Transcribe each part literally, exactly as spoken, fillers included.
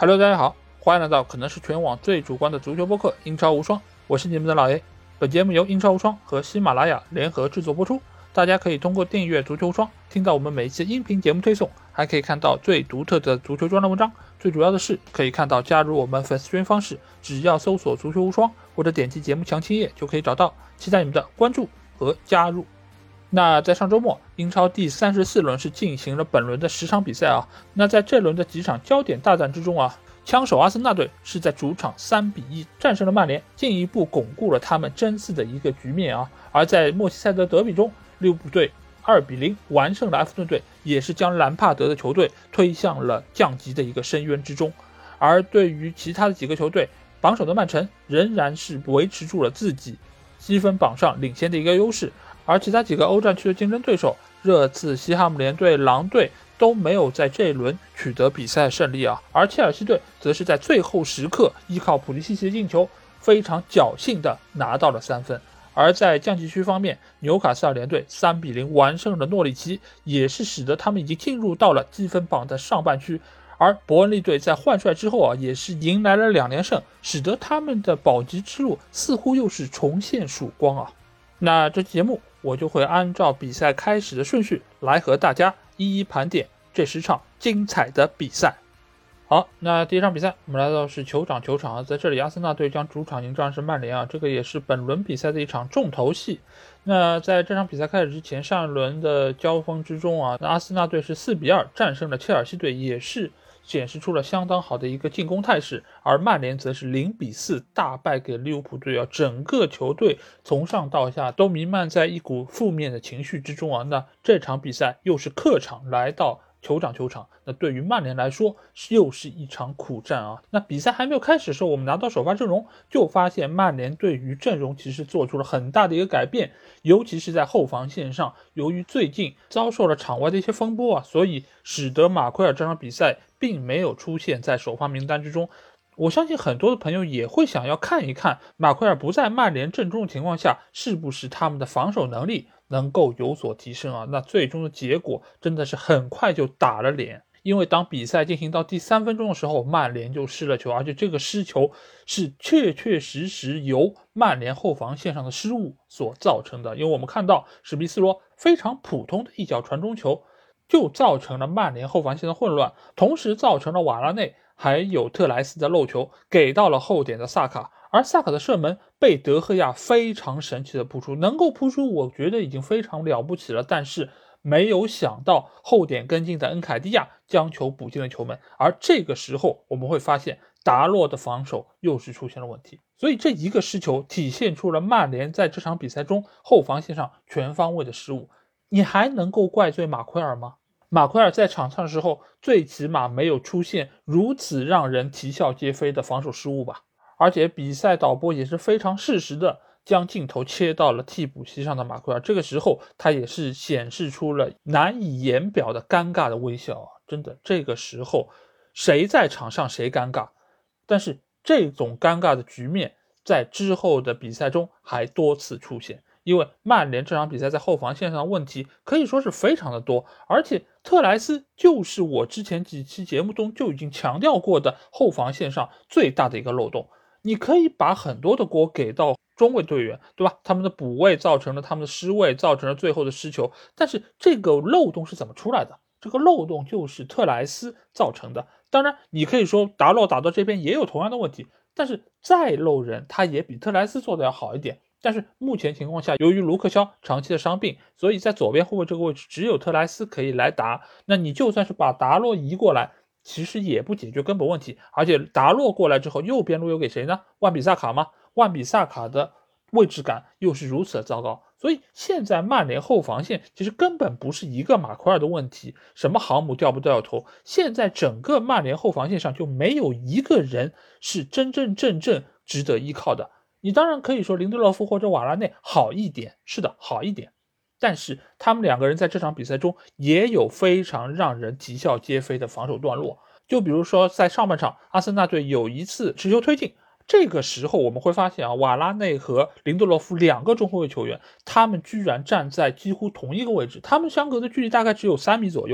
Hello， 大家好，欢迎来到可能是全网最主观的足球播客英超无双，我是你们的老 A。本节目由英超无双和喜马拉雅联合制作播出，大家可以通过订阅足球无双听到我们每一期音频节目推送，还可以看到最独特的足球专栏文章。最主要的是可以看到加入我们粉丝群方式，只要搜索足球无双或者点击节目详情页就可以找到，期待你们的关注和加入。那在上周末，英超第三十四轮是进行了本轮的十场比赛啊。那在这轮的几场焦点大战之中啊，枪手阿森纳队是在主场三比一战胜了曼联，进一步巩固了他们争四的一个局面啊。而在莫西塞德德比中，利物浦队二比零完胜了埃弗顿队，也是将兰帕德的球队推向了降级的一个深渊之中。而对于其他的几个球队，榜首的曼城仍然是维持住了自己积分榜上领先的一个优势。而其他几个欧战区的竞争对手热刺、西汉姆联队、狼队都没有在这一轮取得比赛胜利啊，而切尔西队则是在最后时刻依靠普利西奇的进球非常侥幸的拿到了三分。而在降级区方面，纽卡斯尔联队三比零完胜了诺里奇，也是使得他们已经进入到了积分榜的上半区。而伯恩利队在换帅之后啊，也是迎来了两连胜，使得他们的保级之路似乎又是重现曙光啊。那这期节目我就会按照比赛开始的顺序来和大家一一盘点这十场精彩的比赛。好，那第一场比赛我们来到是酋长球场啊，在这里阿森纳队将主场迎战是曼联啊，这个也是本轮比赛的一场重头戏。那在这场比赛开始之前，上一轮的交锋之中啊，那阿森纳队是四比二战胜了切尔西队，也是显示出了相当好的一个进攻态势，而曼联则是零比四大败给利物浦队啊，整个球队从上到下都弥漫在一股负面的情绪之中啊。那这场比赛又是客场来到酋长球场，那对于曼联来说又是一场苦战啊。那比赛还没有开始的时候，我们拿到首发阵容就发现曼联对于阵容其实做出了很大的一个改变，尤其是在后防线上，由于最近遭受了场外的一些风波啊，所以使得马奎尔这场比赛并没有出现在首发名单之中。我相信很多的朋友也会想要看一看马奎尔不在曼联阵中的情况下，是不是他们的防守能力能够有所提升啊。那最终的结果真的是很快就打了脸，因为当比赛进行到第三分钟的时候，曼联就失了球，而且这个失球是确确实实由曼联后防线上的失误所造成的。因为我们看到史密斯罗非常普通的一脚传中球就造成了曼联后防线的混乱，同时造成了瓦拉内还有特莱斯的漏球给到了后点的萨卡，而萨卡的射门被德赫亚非常神奇的扑出，能够扑出我觉得已经非常了不起了，但是没有想到后点跟进的恩凯蒂亚将球补进了球门，而这个时候我们会发现达洛的防守又是出现了问题，所以这一个失球体现出了曼联在这场比赛中后防线上全方位的失误。你还能够怪罪马奎尔吗？马奎尔在场上的时候最起码没有出现如此让人啼笑皆非的防守失误吧。而且比赛导播也是非常适时的将镜头切到了替补席上的马奎尔，这个时候他也是显示出了难以言表的尴尬的微笑啊！真的，这个时候谁在场上谁尴尬。但是这种尴尬的局面在之后的比赛中还多次出现，因为曼联这场比赛在后防线上的问题可以说是非常的多，而且特莱斯就是我之前几期节目中就已经强调过的后防线上最大的一个漏洞。你可以把很多的锅给到中卫队员，对吧？他们的补位造成了他们的失位，造成了最后的失球，但是这个漏洞是怎么出来的？这个漏洞就是特莱斯造成的。当然你可以说达洛打到这边也有同样的问题，但是再漏人他也比特莱斯做的要好一点。但是目前情况下，由于卢克肖长期的伤病，所以在左边后卫这个位置只有特莱斯可以来打，那你就算是把达洛移过来，其实也不解决根本问题。而且达洛过来之后，右边路又给谁呢？万比萨卡吗？万比萨卡的位置感又是如此的糟糕，所以现在曼联后防线其实根本不是一个马奎尔的问题，什么航母掉不掉头，现在整个曼联后防线上就没有一个人是真真正正值得依靠的。你当然可以说林德洛夫或者瓦拉内好一点，是的，好一点，但是他们两个人在这场比赛中也有非常让人啼笑皆非的防守段落。就比如说在上半场，阿森纳队有一次持球推进，这个时候我们会发现啊，瓦拉内和林德洛夫两个中后卫球员，他们居然站在几乎同一个位置，他们相隔的距离大概只有三米左右，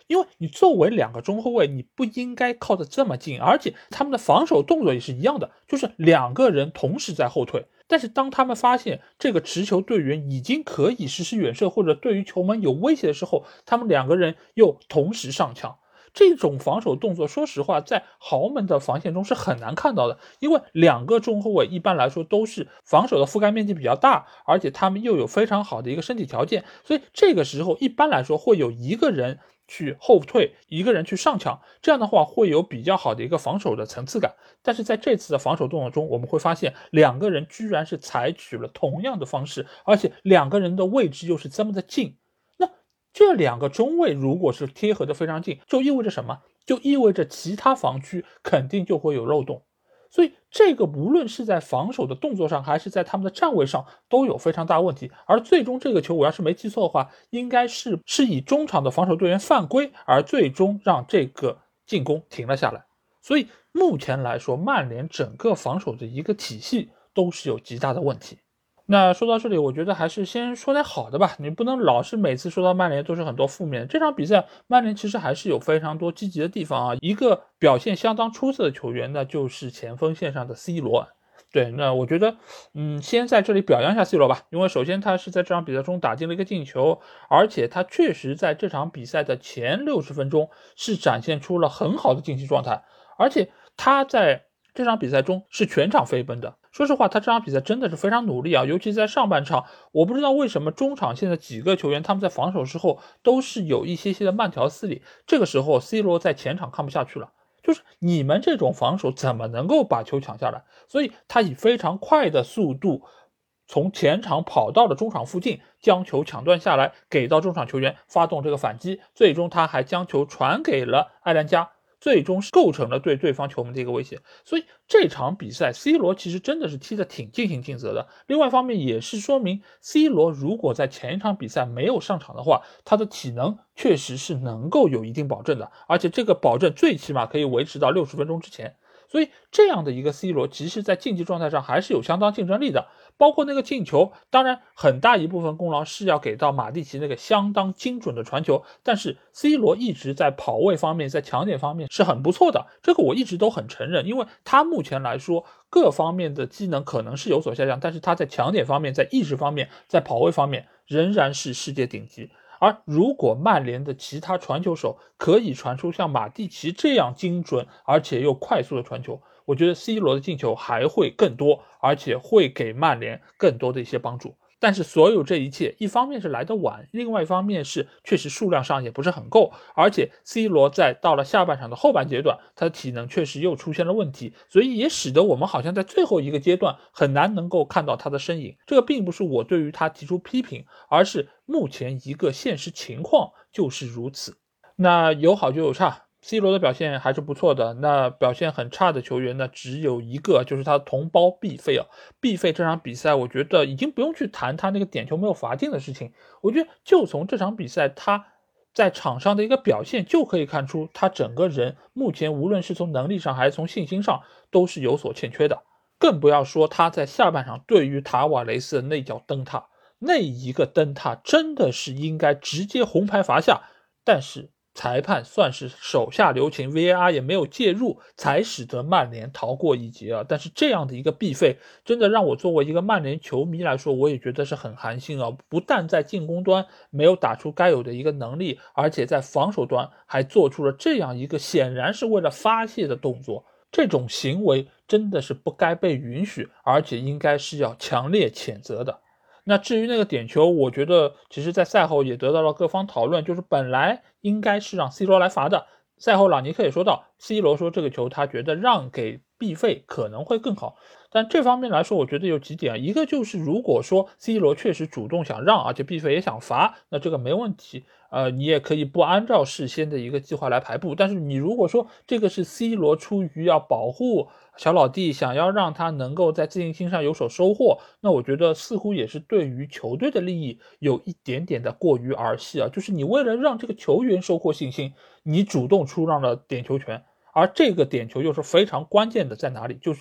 因为你作为两个中后卫，你不应该靠得这么近，而且他们的防守动作也是一样的，就是两个人同时在后退。但是当他们发现这个持球队员已经可以实施远射，或者对于球门有威胁的时候，他们两个人又同时上抢。这种防守动作，说实话，在豪门的防线中是很难看到的，因为两个中后卫一般来说都是防守的覆盖面积比较大，而且他们又有非常好的一个身体条件，所以这个时候一般来说会有一个人去后退，一个人去上抢，这样的话会有比较好的一个防守的层次感。但是在这次的防守动作中，我们会发现两个人居然是采取了同样的方式，而且两个人的位置又是这么的近。那这两个中卫如果是贴合的非常近，就意味着什么？就意味着其他防区肯定就会有漏洞。所以这个无论是在防守的动作上，还是在他们的站位上，都有非常大问题。而最终这个球，我要是没记错的话，应该是是以中场的防守队员犯规，而最终让这个进攻停了下来。所以目前来说，曼联整个防守的一个体系都是有极大的问题。那说到这里，我觉得还是先说点好的吧，你不能老是每次说到曼联都是很多负面的。这场比赛曼联其实还是有非常多积极的地方啊，一个表现相当出色的球员呢，就是前锋线上的 C 罗。对，那我觉得嗯，先在这里表扬一下 C 罗吧，因为首先他是在这场比赛中打进了一个进球，而且他确实在这场比赛的前六十分钟是展现出了很好的竞技状态，而且他在这场比赛中是全场飞奔的。说实话，他这场比赛真的是非常努力啊，尤其在上半场，我不知道为什么中场现在几个球员他们在防守之后都是有一些些的慢条斯理，这个时候 C 罗在前场看不下去了，就是你们这种防守怎么能够把球抢下来？所以他以非常快的速度从前场跑到了中场附近，将球抢断下来，给到中场球员发动这个反击，最终他还将球传给了艾兰加，最终是构成了对对方球门的一个威胁。所以这场比赛 C 罗其实真的是踢得挺尽心尽责的。另外一方面也是说明 C 罗如果在前一场比赛没有上场的话，他的体能确实是能够有一定保证的，而且这个保证最起码可以维持到六十分钟之前。所以这样的一个 C 罗其实在竞技状态上还是有相当竞争力的，包括那个进球，当然很大一部分功劳是要给到马蒂奇那个相当精准的传球，但是 C 罗一直在跑位方面，在抢点方面是很不错的，这个我一直都很承认，因为他目前来说各方面的机能可能是有所下降，但是他在抢点方面，在意识方面，在跑位方面仍然是世界顶级。而如果曼联的其他传球手可以传出像马蒂奇这样精准而且又快速的传球，我觉得 C 罗的进球还会更多，而且会给曼联更多的一些帮助。但是所有这一切，一方面是来得晚，另外一方面是确实数量上也不是很够，而且 C 罗在到了下半场的后半阶段，他的体能确实又出现了问题，所以也使得我们好像在最后一个阶段很难能够看到他的身影。这个并不是我对于他提出批评，而是目前一个现实情况就是如此。那有好就有差，C 罗的表现还是不错的，那表现很差的球员呢，只有一个，就是他的同胞毕费啊。毕费这场比赛，我觉得已经不用去谈他那个点球没有罚进的事情，我觉得就从这场比赛他在场上的一个表现就可以看出，他整个人目前无论是从能力上还是从信心上都是有所欠缺的。更不要说他在下半场对于塔瓦雷斯的那脚蹬踏，那一个蹬踏真的是应该直接红牌罚下，但是裁判算是手下留情 ，V A R 也没有介入，才使得曼联逃过一劫啊！但是这样的一个必费，真的让我作为一个曼联球迷来说，我也觉得是很寒心啊！不但在进攻端没有打出该有的一个能力，而且在防守端还做出了这样一个显然是为了发泄的动作，这种行为真的是不该被允许，而且应该是要强烈谴责的。那至于那个点球，我觉得其实在赛后也得到了各方讨论，就是本来应该是让 C 罗来罚的，赛后朗尼克也说到 C 罗说这个球他觉得让给毕费可能会更好，但这方面来说我觉得有几点，一个就是如果说 C 罗确实主动想让，而且毕费也想罚，那这个没问题，呃，你也可以不按照事先的一个计划来排布，但是你如果说这个是 C 罗出于要保护小老弟，想要让他能够在自信心上有所收获，那我觉得似乎也是对于球队的利益有一点点的过于儿戏啊，就是你为了让这个球员收获信心，你主动出让了点球权，而这个点球又是非常关键的，在哪里？就是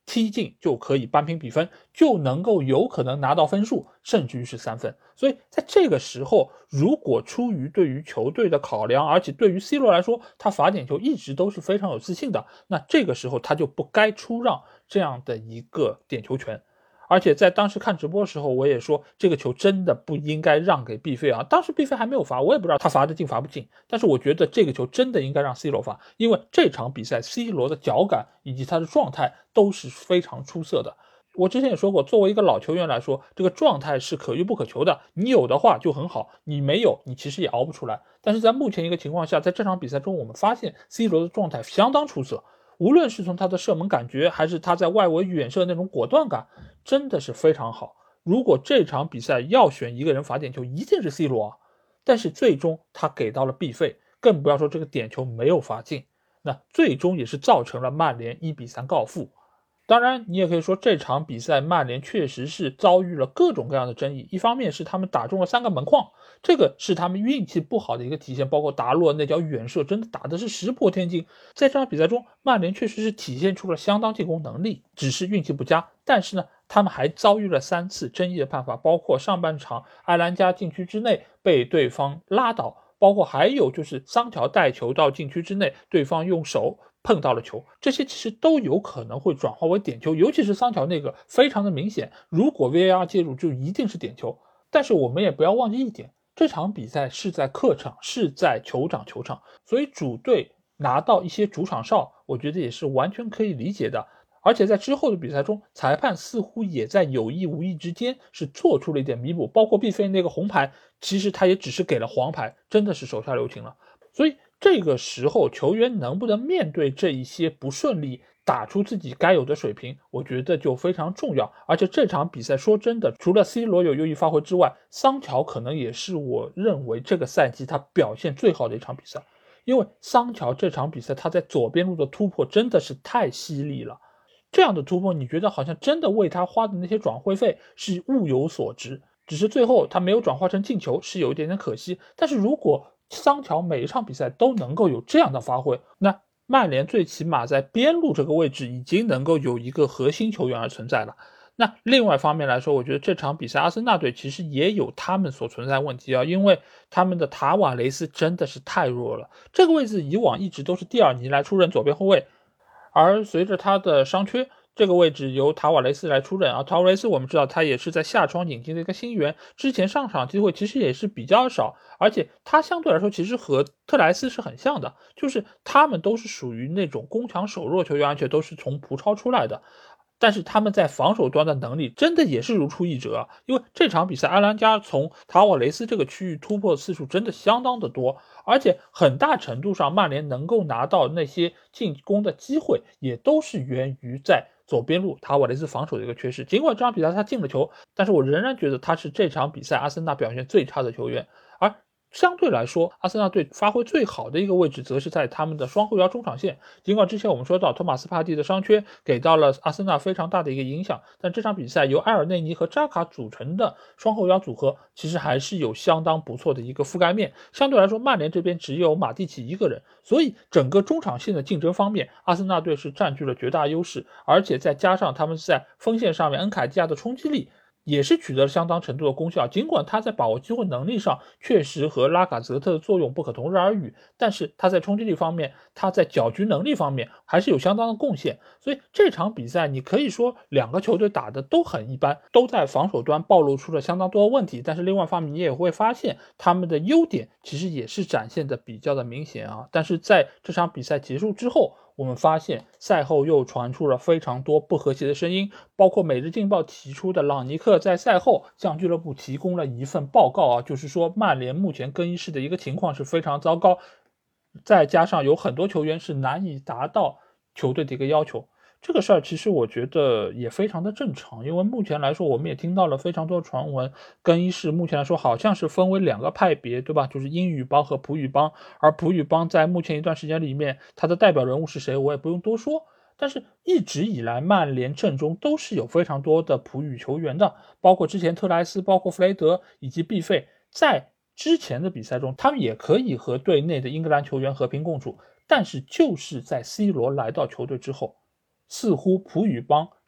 踢进就可以扳平比分，就能够有可能拿到分数，甚至于是三分。所以在这个时候，如果出于对于球队的考量，而且对于 C 罗来说，他罚点球一直都是非常有自信的，那这个时候他就不该出让这样的一个点球权。而且在当时看直播的时候，我也说这个球真的不应该让给毕费啊。当时毕费还没有罚，我也不知道他罚的进罚不进，但是我觉得这个球真的应该让 C 罗罚，因为这场比赛 C 罗的脚感以及他的状态都是非常出色的。我之前也说过，作为一个老球员来说，这个状态是可遇不可求的，你有的话就很好，你没有你其实也熬不出来。但是在目前一个情况下，在这场比赛中我们发现 C 罗的状态相当出色，无论是从他的射门感觉，还是他在外围远射那种果断感，真的是非常好。如果这场比赛要选一个人罚点球，一定是 C 罗啊，但是最终他给到了毕费，更不要说这个点球没有罚进，那最终也是造成了曼联一比三告负。当然你也可以说这场比赛曼联确实是遭遇了各种各样的争议，一方面是他们打中了三个门框，这个是他们运气不好的一个体现，包括达洛那脚远射真的打的是石破天惊。在这场比赛中，曼联确实是体现出了相当进攻能力，只是运气不佳。但是呢，他们还遭遇了三次争议的判罚，包括上半场埃兰加禁区之内被对方拉倒，包括还有就是桑乔带球到禁区之内，对方用手碰到了球，这些其实都有可能会转化为点球，尤其是桑乔那个非常的明显，如果 V A R 介入就一定是点球。但是我们也不要忘记一点，这场比赛是在客场，是在酋长球场，所以主队拿到一些主场哨，我觉得也是完全可以理解的。而且在之后的比赛中，裁判似乎也在有意无意之间是做出了一点弥补，包括毕费那个红牌，其实他也只是给了黄牌，真的是手下留情了。所以这个时候球员能不能面对这一些不顺利，打出自己该有的水平，我觉得就非常重要。而且这场比赛说真的，除了 C 罗有优异发挥之外，桑乔可能也是我认为这个赛季他表现最好的一场比赛，因为桑乔这场比赛他在左边路的突破真的是太犀利了，这样的突破你觉得好像真的为他花的那些转会费是物有所值，只是最后他没有转化成进球是有一点点可惜。但是如果桑乔每一场比赛都能够有这样的发挥，那曼联最起码在边路这个位置已经能够有一个核心球员而存在了。那另外一方面来说，我觉得这场比赛阿森纳队其实也有他们所存在的问题啊，因为他们的塔瓦雷斯真的是太弱了，这个位置以往一直都是蒂尔尼来出任左边后卫，而随着他的伤缺，这个位置由塔瓦雷斯来出任啊。塔瓦雷斯我们知道他也是在夏窗引进的一个新援，之前上场机会其实也是比较少，而且他相对来说其实和特莱斯是很像的，就是他们都是属于那种攻强守弱球员，而且都是从葡超出来的。但是他们在防守端的能力真的也是如出一辙，因为这场比赛埃兰加从塔瓦雷斯这个区域突破次数真的相当的多，而且很大程度上曼联能够拿到那些进攻的机会也都是源于在左边路塔瓦雷斯防守的一个缺失。尽管这场比赛他进了球，但是我仍然觉得他是这场比赛阿森纳表现最差的球员。而相对来说，阿森纳队发挥最好的一个位置则是在他们的双后腰中场线。尽管之前我们说到托马斯帕蒂的伤缺给到了阿森纳非常大的一个影响，但这场比赛由埃尔内尼和扎卡组成的双后腰组合其实还是有相当不错的一个覆盖面。相对来说，曼联这边只有马蒂奇一个人，所以整个中场线的竞争方面，阿森纳队是占据了绝大优势，而且再加上他们在锋线上面恩凯蒂亚的冲击力也是取得了相当程度的功效，尽管他在把握机会能力上确实和拉卡泽特的作用不可同日而语，但是他在冲击力方面，他在搅局能力方面还是有相当的贡献。所以这场比赛你可以说两个球队打的都很一般，都在防守端暴露出了相当多的问题，但是另外一方面你也会发现他们的优点其实也是展现的比较的明显啊。但是在这场比赛结束之后，我们发现赛后又传出了非常多不和谐的声音，包括每日镜报提出的朗尼克在赛后向俱乐部提供了一份报告啊，就是说曼联目前更衣室的一个情况是非常糟糕，再加上有很多球员是难以达到球队的一个要求。这个事儿其实我觉得也非常的正常，因为目前来说我们也听到了非常多的传闻，更衣室目前来说好像是分为两个派别，对吧？就是英语帮和葡语帮，而葡语帮在目前一段时间里面，他的代表人物是谁我也不用多说，但是一直以来曼联阵中都是有非常多的葡语球员的，包括之前特莱斯，包括弗雷德以及毕费，在之前的比赛中他们也可以和队内的英格兰球员和平共处，但是就是在 C 罗来到球队之后，似乎葡语帮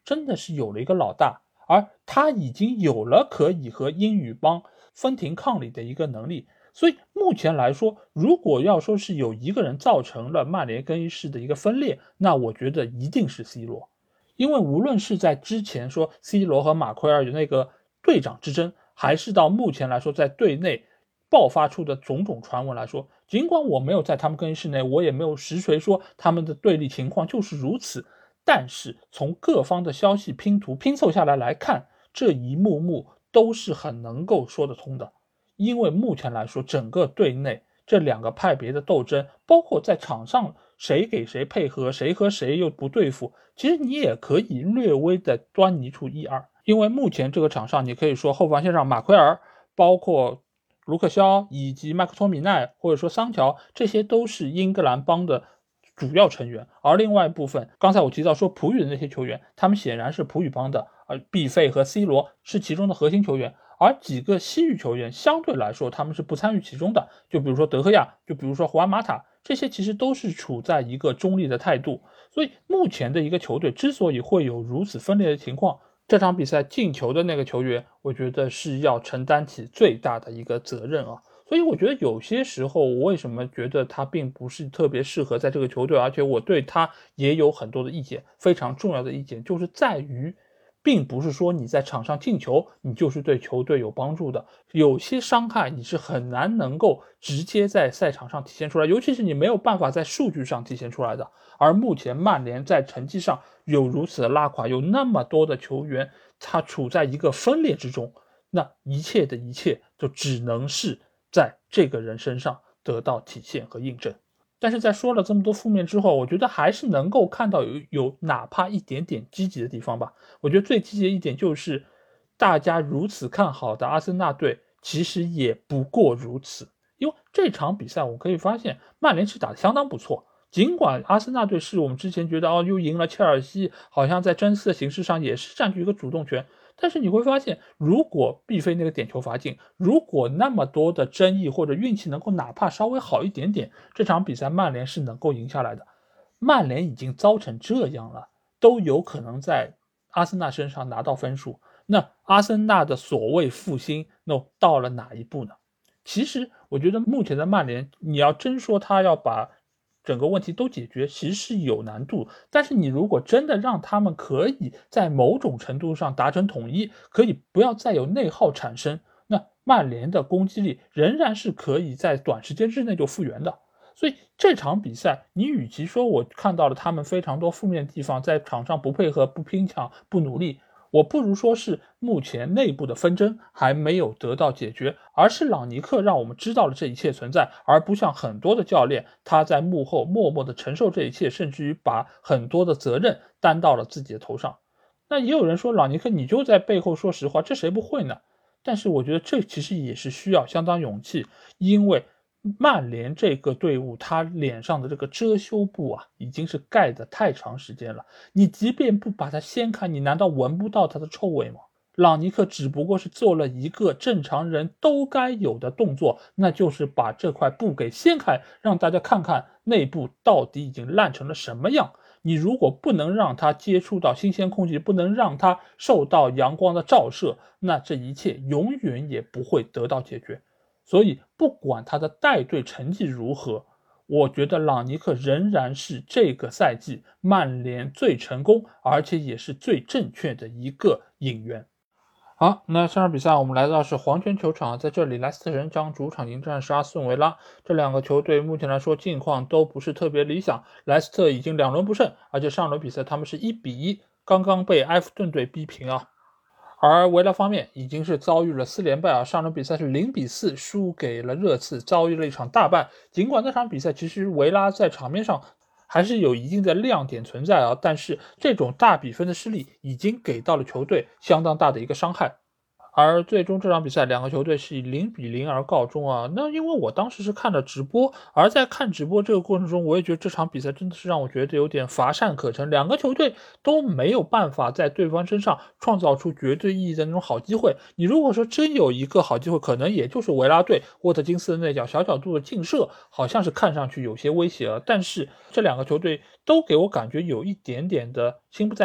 真的是有了一个老大，而他已经有了可以和英语帮分庭抗礼的一个能力。所以目前来说，如果要说是有一个人造成了曼联更衣室的一个分裂，那我觉得一定是 C 罗。因为无论是在之前说 C 罗和马奎尔有那个队长之争，还是到目前来说在队内爆发出的种种传闻来说，尽管我没有在他们更衣室内，我也没有实锤说他们的对立情况就是如此，但是从各方的消息拼图拼凑下来来看，这一幕幕都是很能够说得通的。因为目前来说，整个队内这两个派别的斗争，包括在场上谁给谁配合，谁和谁又不对付，其实你也可以略微的端倪出一二。因为目前这个场上，你可以说后防线上马奎尔，包括卢克肖以及麦克托米奈或者说桑乔，这些都是英格兰帮的主要成员。而另外一部分，刚才我提到说普语的那些球员，他们显然是普语帮的，而毕费和 C 罗是其中的核心球员。而几个西域球员相对来说他们是不参与其中的，就比如说德赫亚，就比如说胡安马塔，这些其实都是处在一个中立的态度。所以目前的一个球队之所以会有如此分裂的情况，这场比赛进球的那个球员，我觉得是要承担起最大的一个责任啊。所以我觉得有些时候，我为什么觉得他并不是特别适合在这个球队，而且我对他也有很多的意见，非常重要的意见就是在于，并不是说你在场上进球，你就是对球队有帮助的。有些伤害你是很难能够直接在赛场上体现出来，尤其是你没有办法在数据上体现出来的。而目前曼联在成绩上有如此的拉垮，有那么多的球员他处在一个分裂之中，那一切的一切就只能是在这个人身上得到体现和印证。但是在说了这么多负面之后，我觉得还是能够看到有有哪怕一点点积极的地方吧。我觉得最积极的一点就是，大家如此看好的阿森纳队，其实也不过如此。因为这场比赛我可以发现，曼联是打得相当不错。尽管阿森纳队是我们之前觉得哦又赢了切尔西，好像在争四的形式上也是占据一个主动权，但是你会发现，如果毕飞那个点球罚进，如果那么多的争议或者运气能够哪怕稍微好一点点，这场比赛曼联是能够赢下来的。曼联已经糟成这样了，都有可能在阿森纳身上拿到分数，那阿森纳的所谓复兴，那到了哪一步呢？其实我觉得目前的曼联，你要真说他要把整个问题都解决，其实是有难度。但是你如果真的让他们可以在某种程度上达成统一，可以不要再有内耗产生，那曼联的攻击力仍然是可以在短时间之内就复原的。所以这场比赛，你与其说我看到了他们非常多负面的地方，在场上不配合、不拼抢、不努力，我不如说是目前内部的纷争还没有得到解决，而是朗尼克让我们知道了这一切存在，而不像很多的教练他在幕后默默的承受这一切，甚至于把很多的责任担到了自己的头上。那也有人说朗尼克你就在背后说实话，这谁不会呢？但是我觉得这其实也是需要相当勇气，因为曼联这个队伍他脸上的这个遮羞布啊，已经是盖得太长时间了，你即便不把它掀开，你难道闻不到它的臭味吗？朗尼克只不过是做了一个正常人都该有的动作，那就是把这块布给掀开，让大家看看内部到底已经烂成了什么样。你如果不能让它接触到新鲜空气，不能让它受到阳光的照射，那这一切永远也不会得到解决。所以不管他的带队成绩如何，我觉得朗尼克仍然是这个赛季曼联最成功而且也是最正确的一个引援。好，那上场比赛我们来到是黄泉球场，在这里莱斯特城将主场迎战是阿斯顿维拉。这两个球队目前来说近况都不是特别理想，莱斯特已经两轮不胜，而且上轮比赛他们是一比一刚刚被埃弗顿队逼平啊。而维拉方面已经是遭遇了四连败啊，上轮比赛是零比四输给了热刺，遭遇了一场大败。尽管那场比赛其实维拉在场面上还是有一定的亮点存在啊，但是这种大比分的失利已经给到了球队相当大的一个伤害。而最终这场比赛两个球队是以零比零而告终啊。那因为我当时是看了直播，而在看直播这个过程中，我也觉得这场比赛真的是让我觉得有点乏善可陈，两个球队都没有办法在对方身上创造出绝对意义的那种好机会。你如果说真有一个好机会，可能也就是维拉队沃特金斯的那脚小角度的劲射，好像是看上去有些威胁了，但是这两个球队都给我感觉有一点点的心不在焉，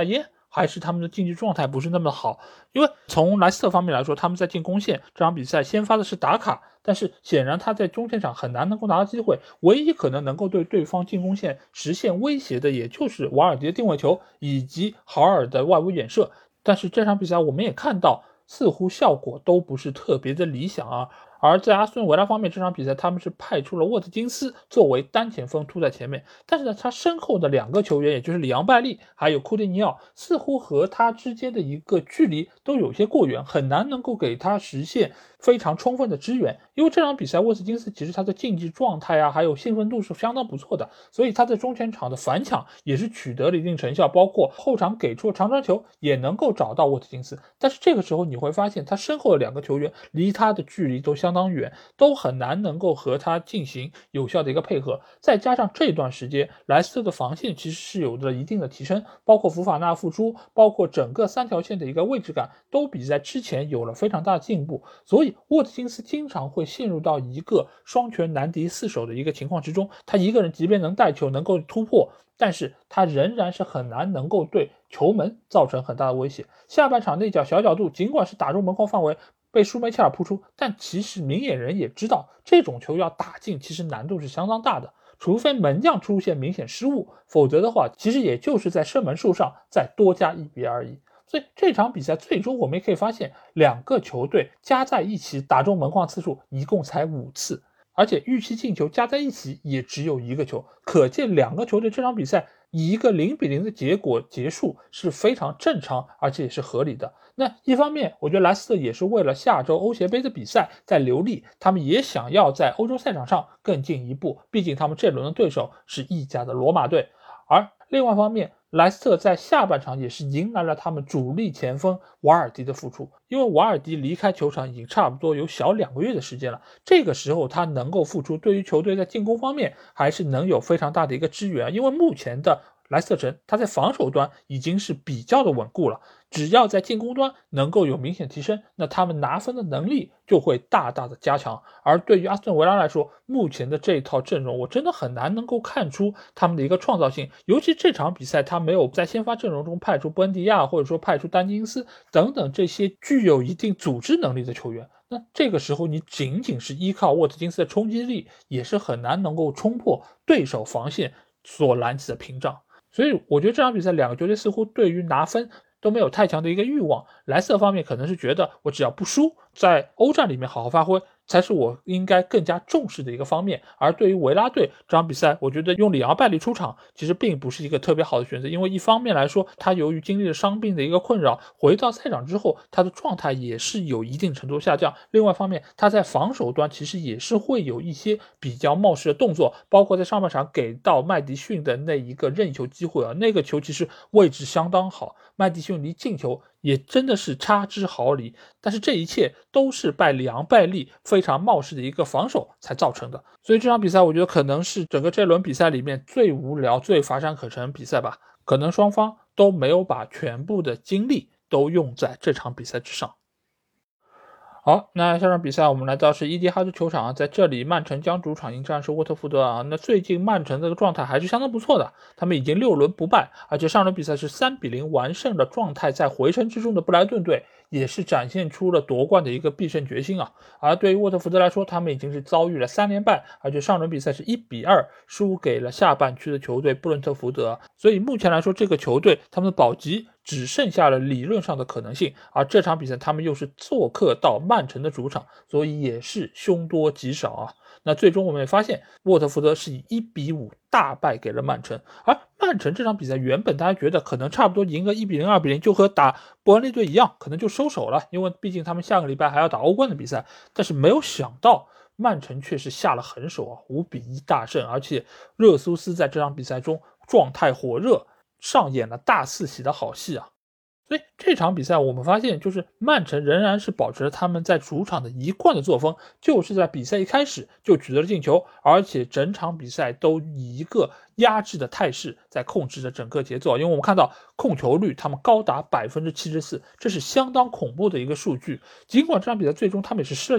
还是他们的竞技状态不是那么好？因为从莱斯特方面来说，他们在进攻线这场比赛先发的是达卡，但是显然他在中前场很难能够拿到机会，唯一可能能够对对方进攻线实现威胁的，也就是瓦尔迪的定位球以及豪尔的外围远射。但是这场比赛我们也看到，似乎效果都不是特别的理想啊。而在阿斯顿维拉方面，这场比赛他们是派出了沃特金斯作为单前锋突在前面，但是呢，他身后的两个球员，也就是里昂拜利还有库蒂尼奥，似乎和他之间的一个距离都有些过远，很难能够给他实现非常充分的支援。因为这场比赛沃特金斯其实他的竞技状态啊，还有兴奋度是相当不错的，所以他在中前场的反抢也是取得了一定成效，包括后场给出长传球也能够找到沃特金斯。但是这个时候你会发现，他身后的两个球员离他的距离都相当远，都很难能够和他进行有效的一个配合。再加上这段时间莱斯特的防线其实是有着一定的提升，包括福法纳复出，包括整个三条线的一个位置感都比在之前有了非常大的进步，所以沃特金斯经常会陷入到一个双拳难敌四手的一个情况之中。他一个人即便能带球能够突破，但是他仍然是很难能够对球门造成很大的威胁。下半场那脚小角度尽管是打入门框范围，被舒梅切尔扑出，但其实明眼人也知道这种球要打进其实难度是相当大的，除非门将出现明显失误，否则的话其实也就是在射门数上再多加一笔而已。所以这场比赛最终我们也可以发现，两个球队加在一起打中门框次数一共才五次，而且预期进球加在一起也只有一个球，可见两个球队这场比赛以一个零比零的结果结束是非常正常，而且也是合理的。那一方面我觉得莱斯特也是为了下周欧协杯的比赛在留力，他们也想要在欧洲赛场上更进一步，毕竟他们这轮的对手是意甲的罗马队。而另外一方面，莱斯特在下半场也是迎来了他们主力前锋瓦尔迪的复出，因为瓦尔迪离开球场已经差不多有小两个月的时间了，这个时候他能够复出，对于球队在进攻方面还是能有非常大的一个支援，因为目前的莱斯特城他在防守端已经是比较的稳固了，只要在进攻端能够有明显提升，那他们拿分的能力就会大大的加强。而对于阿斯顿维拉来说，目前的这一套阵容我真的很难能够看出他们的一个创造性，尤其这场比赛他没有在先发阵容中派出布恩迪亚或者说派出丹尼因斯等等这些具有一定组织能力的球员，那这个时候你仅仅是依靠沃特金斯的冲击力也是很难能够冲破对手防线所拦起的屏障。所以我觉得这场比赛两个球队似乎对于拿分都没有太强的一个欲望，莱斯特方面可能是觉得我只要不输，在欧战里面好好发挥才是我应该更加重视的一个方面。而对于维拉队这场比赛，我觉得用里昂拜利出场其实并不是一个特别好的选择，因为一方面来说他由于经历了伤病的一个困扰，回到赛场之后他的状态也是有一定程度下降，另外一方面他在防守端其实也是会有一些比较冒失的动作，包括在上半场给到麦迪逊的那一个任意球机会啊，那个球其实位置相当好，麦迪逊离进球也真的是差之毫厘，但是这一切都是拜里昂拜利非常冒失的一个防守才造成的。所以这场比赛我觉得可能是整个这轮比赛里面最无聊最乏善可陈比赛吧，可能双方都没有把全部的精力都用在这场比赛之上。好，那下场比赛我们来到是伊蒂哈德球场，在这里曼城将主场迎战是沃特福德啊。那最近曼城这个状态还是相当不错的，他们已经六轮不败，而且上轮比赛是三比零完胜的状态，在回升之中的布莱顿队也是展现出了夺冠的一个必胜决心啊。而对于沃特福德来说，他们已经是遭遇了三连败，而且上轮比赛是一比二输给了下半区的球队布伦特福德，所以目前来说这个球队他们的保级只剩下了理论上的可能性，而这场比赛他们又是做客到曼城的主场，所以也是凶多吉少啊。那最终我们也发现沃特福德是以一比五大败给了曼城，而曼城这场比赛原本大家觉得可能差不多赢个一比零二比零就和打伯恩利队一样，可能就收手了，因为毕竟他们下个礼拜还要打欧冠的比赛，但是没有想到曼城却是下了狠手啊，五比一大胜，而且热苏斯在这场比赛中状态火热，上演了大四喜的好戏啊。所以这场比赛我们发现，就是曼城仍然是保持了他们在主场的一贯的作风，就是在比赛一开始就取得了进球，而且整场比赛都以一个压制的态势在控制着整个节奏。因为我们看到控球率他们高达 百分之七十四， 这是相当恐怖的一个数据。尽管这场比赛最终他们也是失了球，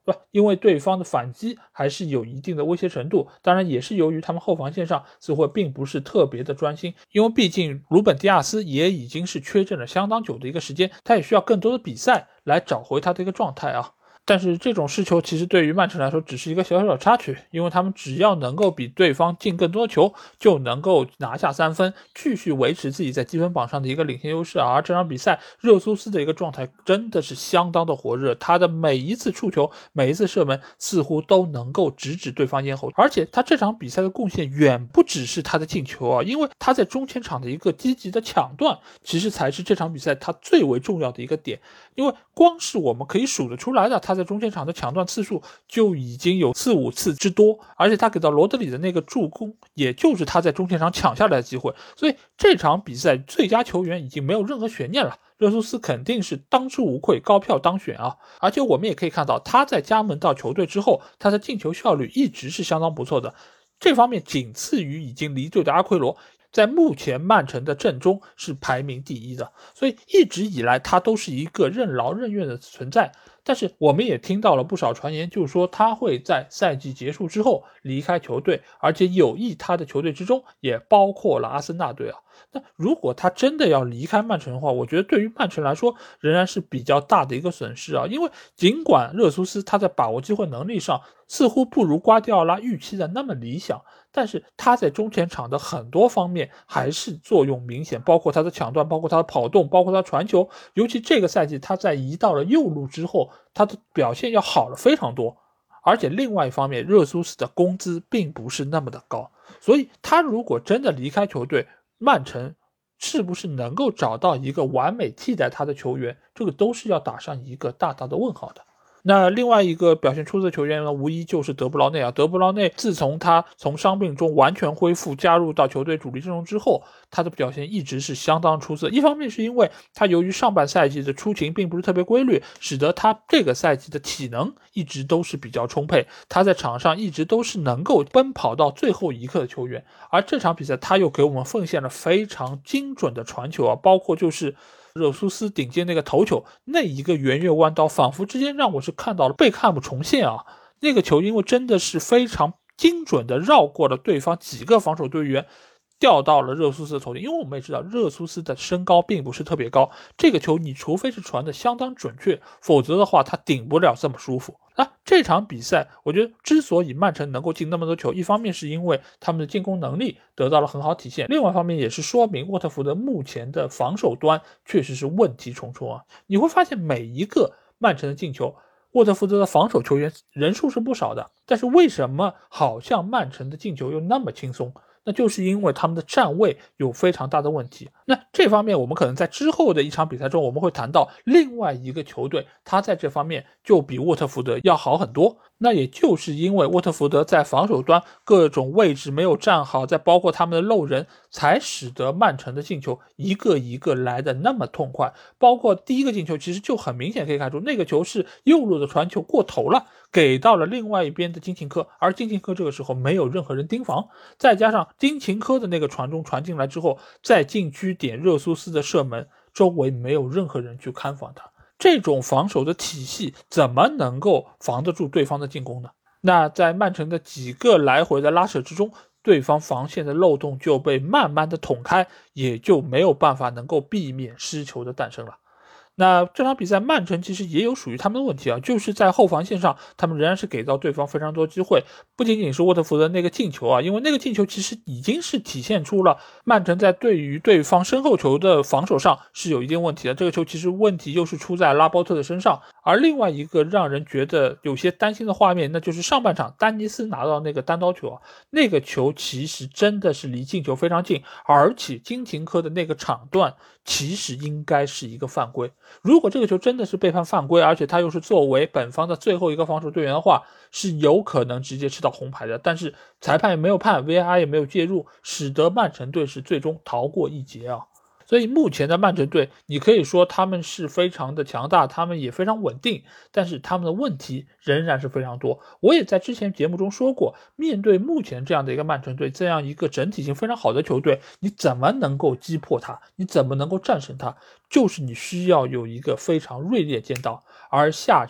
对吧？因为对方的反击还是有一定的威胁程度，当然也是由于他们后防线上似乎并不是特别的专心，因为毕竟鲁本迪亚斯也已经是缺阵了相当久的一个时间，他也需要更多的比赛来找回他的一个状态啊。但是这种失球其实对于曼城来说只是一个小小的插曲，因为他们只要能够比对方进更多的球，就能够拿下三分，继续维持自己在积分榜上的一个领先优势。而这场比赛热苏斯的一个状态真的是相当的火热，他的每一次触球，每一次射门似乎都能够直指对方咽喉，而且他这场比赛的贡献远不只是他的进球啊，因为他在中前场的一个积极的抢断，其实才是这场比赛他最为重要的一个点。因为光是我们可以数得出来的他在中前场的抢断次数就已经有四五次之多，而且他给到罗德里的那个助攻也就是他在中前场抢下来的机会，所以这场比赛最佳球员已经没有任何悬念了，热苏斯肯定是当之无愧高票当选啊！而且我们也可以看到他在加盟到球队之后，他的进球效率一直是相当不错的，这方面仅次于已经离队的阿奎罗，在目前曼城的阵中是排名第一的，所以一直以来他都是一个任劳任怨的存在。但是我们也听到了不少传言，就是说他会在赛季结束之后离开球队，而且有意他的球队之中也包括了阿森纳队啊。那如果他真的要离开曼城的话，我觉得对于曼城来说仍然是比较大的一个损失啊，因为尽管热苏斯他在把握机会能力上似乎不如瓜迪奥拉预期的那么理想，但是他在中前场的很多方面还是作用明显，包括他的抢断，包括他的跑动，包括他传球，尤其这个赛季他在移到了右路之后，他的表现要好了非常多。而且另外一方面，热苏斯的工资并不是那么的高，所以他如果真的离开球队，曼城是不是能够找到一个完美替代他的球员，这个都是要打上一个大大的问号的。那另外一个表现出色的球员呢，无疑就是德布劳内啊。德布劳内自从他从伤病中完全恢复，加入到球队主力阵容之后，他的表现一直是相当出色。一方面是因为他由于上半赛季的出勤并不是特别规律，使得他这个赛季的体能一直都是比较充沛，他在场上一直都是能够奔跑到最后一刻的球员。而这场比赛他又给我们奉献了非常精准的传球啊，包括就是热苏斯顶尖那个头球，那一个圆月弯刀仿佛之间让我是看到了贝克汉姆重现啊！那个球因为真的是非常精准的绕过了对方几个防守队员，掉到了热苏斯的头顶。因为我们也知道热苏斯的身高并不是特别高，这个球你除非是传的相当准确，否则的话他顶不了这么舒服。啊，这场比赛我觉得之所以曼城能够进那么多球，一方面是因为他们的进攻能力得到了很好体现，另外一方面也是说明沃特福德目前的防守端确实是问题重重啊。你会发现每一个曼城的进球，沃特福德的防守球员人数是不少的，但是为什么好像曼城的进球又那么轻松？那就是因为他们的站位有非常大的问题。那这方面我们可能在之后的一场比赛中我们会谈到另外一个球队，他在这方面就比沃特福德要好很多。那也就是因为沃特福德在防守端各种位置没有站好，再包括他们的漏人，才使得曼城的进球一个一个来的那么痛快。包括第一个进球其实就很明显可以看出，那个球是右路的传球过头了，给到了另外一边的金琴科，而金琴科这个时候没有任何人盯防，再加上金琴科的那个传中传进来之后，在禁区点热苏斯的射门，周围没有任何人去看防他，这种防守的体系怎么能够防得住对方的进攻呢？那在曼城的几个来回的拉扯之中，对方防线的漏洞就被慢慢的捅开，也就没有办法能够避免失球的诞生了。那这场比赛曼城其实也有属于他们的问题啊，就是在后防线上他们仍然是给到对方非常多机会，不仅仅是沃特福德那个进球啊，因为那个进球其实已经是体现出了曼城在对于对方身后球的防守上是有一定问题的，这个球其实问题又是出在拉波特的身上。而另外一个让人觉得有些担心的画面，那就是上半场丹尼斯拿到那个单刀球啊，那个球其实真的是离进球非常近，而且金琴科的那个场段其实应该是一个犯规。如果这个球真的是被判犯规，而且他又是作为本方的最后一个防守队员的话，是有可能直接吃到红牌的，但是裁判也没有判， V A R 也没有介入，使得曼城队是最终逃过一劫啊。所以目前的曼城队你可以说他们是非常的强大，他们也非常稳定，但是他们的问题仍然是非常多。我也在之前节目中说过，面对目前这样的一个曼城队，这样一个整体性非常好的球队，你怎么能够击破它，你怎么能够战胜它，就是你需要有一个非常锐利的剑道。而下周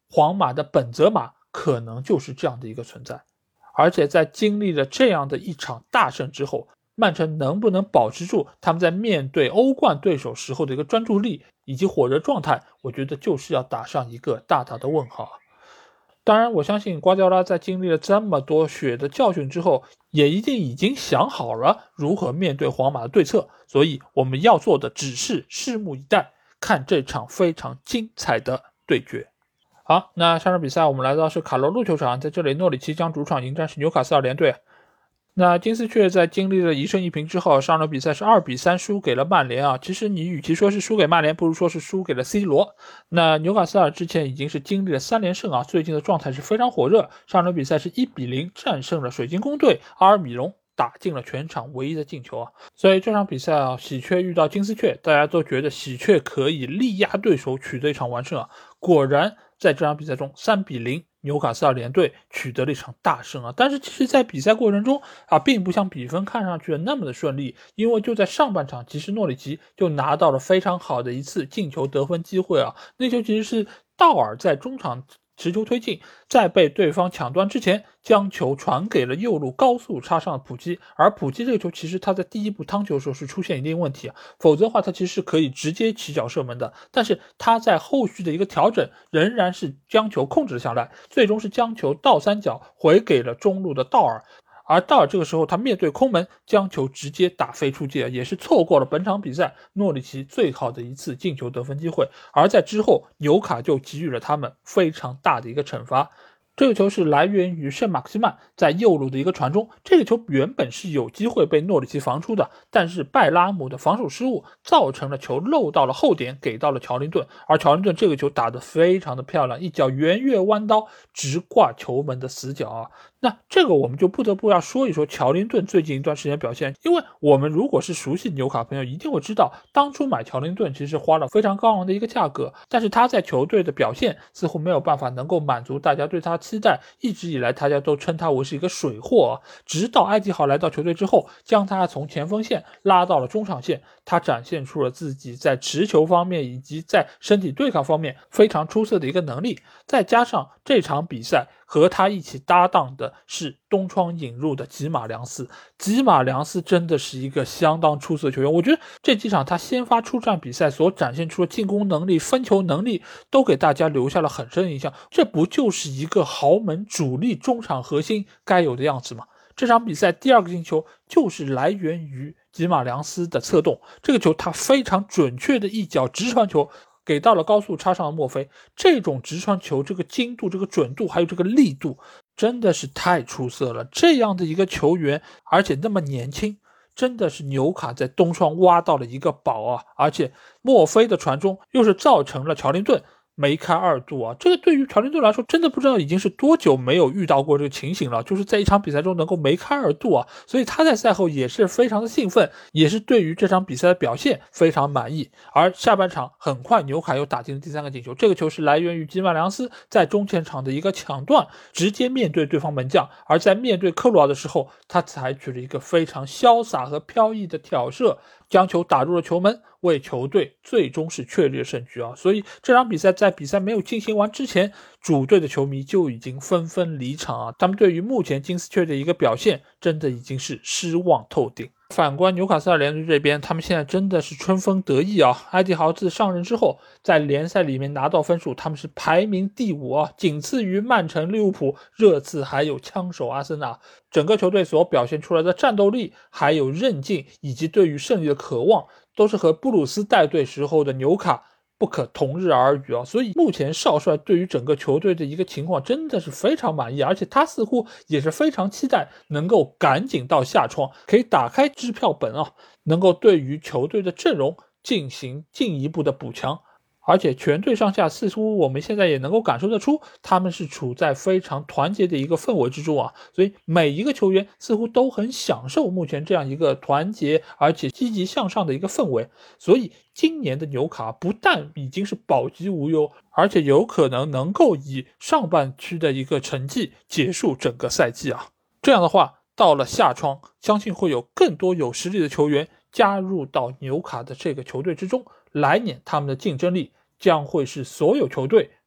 皇马的本泽马可能就是这样的一个存在。而且在经历了这样的一场大胜之后，曼城能不能保持住他们在面对欧冠对手时候的一个专注力以及火热状态，我觉得就是要打上一个大大的问号。当然我相信瓜迪奥拉在经历了这么多血的教训之后，也一定已经想好了如何面对皇马的对策，所以我们要做的只是拭目以待，看这场非常精彩的对决。好，那上场比赛我们来到是卡罗路球场，在这里诺里奇将主场迎战是纽卡斯尔联队。那金丝雀在经历了一胜一平之后，上场比赛是二比三输给了曼联啊。其实你与其说是输给曼联，不如说是输给了 C 罗。那纽卡斯尔之前已经是经历了三连胜啊，最近的状态是非常火热。上场比赛是一比零战胜了水晶宫队，阿尔米隆打进了全场唯一的进球啊。所以这场比赛啊，喜鹊遇到金丝雀，大家都觉得喜鹊可以力压对手，取得一场完胜啊。果然在这场比赛中三比零纽卡斯尔联队取得了一场大胜啊。但是其实在比赛过程中啊，并不像比分看上去的那么的顺利，因为就在上半场，其实诺里奇就拿到了非常好的一次进球得分机会啊。那球其实是道尔在中场持球推进，在被对方抢断之前，将球传给了右路高速插上的普基，而普基这个球其实他在第一步趟球的时候是出现一定问题啊，否则的话他其实是可以直接起脚射门的，但是他在后续的一个调整仍然是将球控制了下来，最终是将球倒三角回给了中路的道尔。而道尔这个时候他面对空门，将球直接打飞出界，也是错过了本场比赛诺里奇最好的一次进球得分机会。而在之后纽卡就给予了他们非常大的一个惩罚，这个球是来源于圣马克西曼在右路的一个传中，这个球原本是有机会被诺里奇防出的，但是拜拉姆的防守失误造成了球漏到了后点，给到了乔林顿，而乔林顿这个球打得非常的漂亮，一脚圆月弯刀直挂球门的死角啊。那这个我们就不得不要说一说乔林顿最近一段时间表现，因为我们如果是熟悉纽卡朋友一定会知道，当初买乔林顿其实花了非常高昂的一个价格，但是他在球队的表现似乎没有办法能够满足大家对他期待，一直以来大家都称他为是一个水货啊。直到埃迪豪来到球队之后，将他从前锋线拉到了中场线，他展现出了自己在持球方面以及在身体对抗方面非常出色的一个能力，再加上这场比赛和他一起搭档的是东窗引入的吉马良斯，吉马良斯真的是一个相当出色的球员，我觉得这几场他先发出战比赛所展现出的进攻能力、分球能力都给大家留下了很深的印象，这不就是一个豪门主力中场核心该有的样子吗？这场比赛第二个进球就是来源于吉马良斯的策动，这个球他非常准确的一脚直传球给到了高速插上的墨菲，这种直传球这个精度、这个准度还有这个力度真的是太出色了，这样的一个球员而且那么年轻，真的是纽卡在东窗挖到了一个宝啊！而且墨菲的传中又是造成了乔林顿梅开二度啊！这个对于乔林顿来说，真的不知道已经是多久没有遇到过这个情形了，就是在一场比赛中能够梅开二度啊！所以他在赛后也是非常的兴奋，也是对于这场比赛的表现非常满意。而下半场很快纽卡又打进了第三个进球，这个球是来源于吉马良斯在中前场的一个抢断，直接面对对方门将，而在面对克鲁尔的时候，他采取了一个非常潇洒和飘逸的挑射，将球打入了球门，为球队最终是确立了胜局啊！所以这场比赛在比赛没有进行完之前，主队的球迷就已经纷纷离场啊！他们对于目前金丝雀的一个表现，真的已经是失望透顶。反观纽卡斯尔联队这边，他们现在真的是春风得意啊！埃迪豪自上任之后，在联赛里面拿到分数，他们是排名第五啊，仅次于曼城、利物浦、热刺还有枪手阿森纳。整个球队所表现出来的战斗力，还有韧劲，以及对于胜利的渴望，都是和布鲁斯带队时候的纽卡不可同日而语啊！所以目前少帅对于整个球队的一个情况真的是非常满意，而且他似乎也是非常期待能够赶紧到夏窗，可以打开支票本啊，能够对于球队的阵容进行进一步的补强。而且全队上下似乎我们现在也能够感受得出，他们是处在非常团结的一个氛围之中啊，所以每一个球员似乎都很享受目前这样一个团结而且积极向上的一个氛围。所以今年的纽卡不但已经是保级无忧，而且有可能能够以上半区的一个成绩结束整个赛季啊。这样的话，到了夏窗，相信会有更多有实力的球员加入到纽卡的这个球队之中，来年他们的竞争力将会是所有球队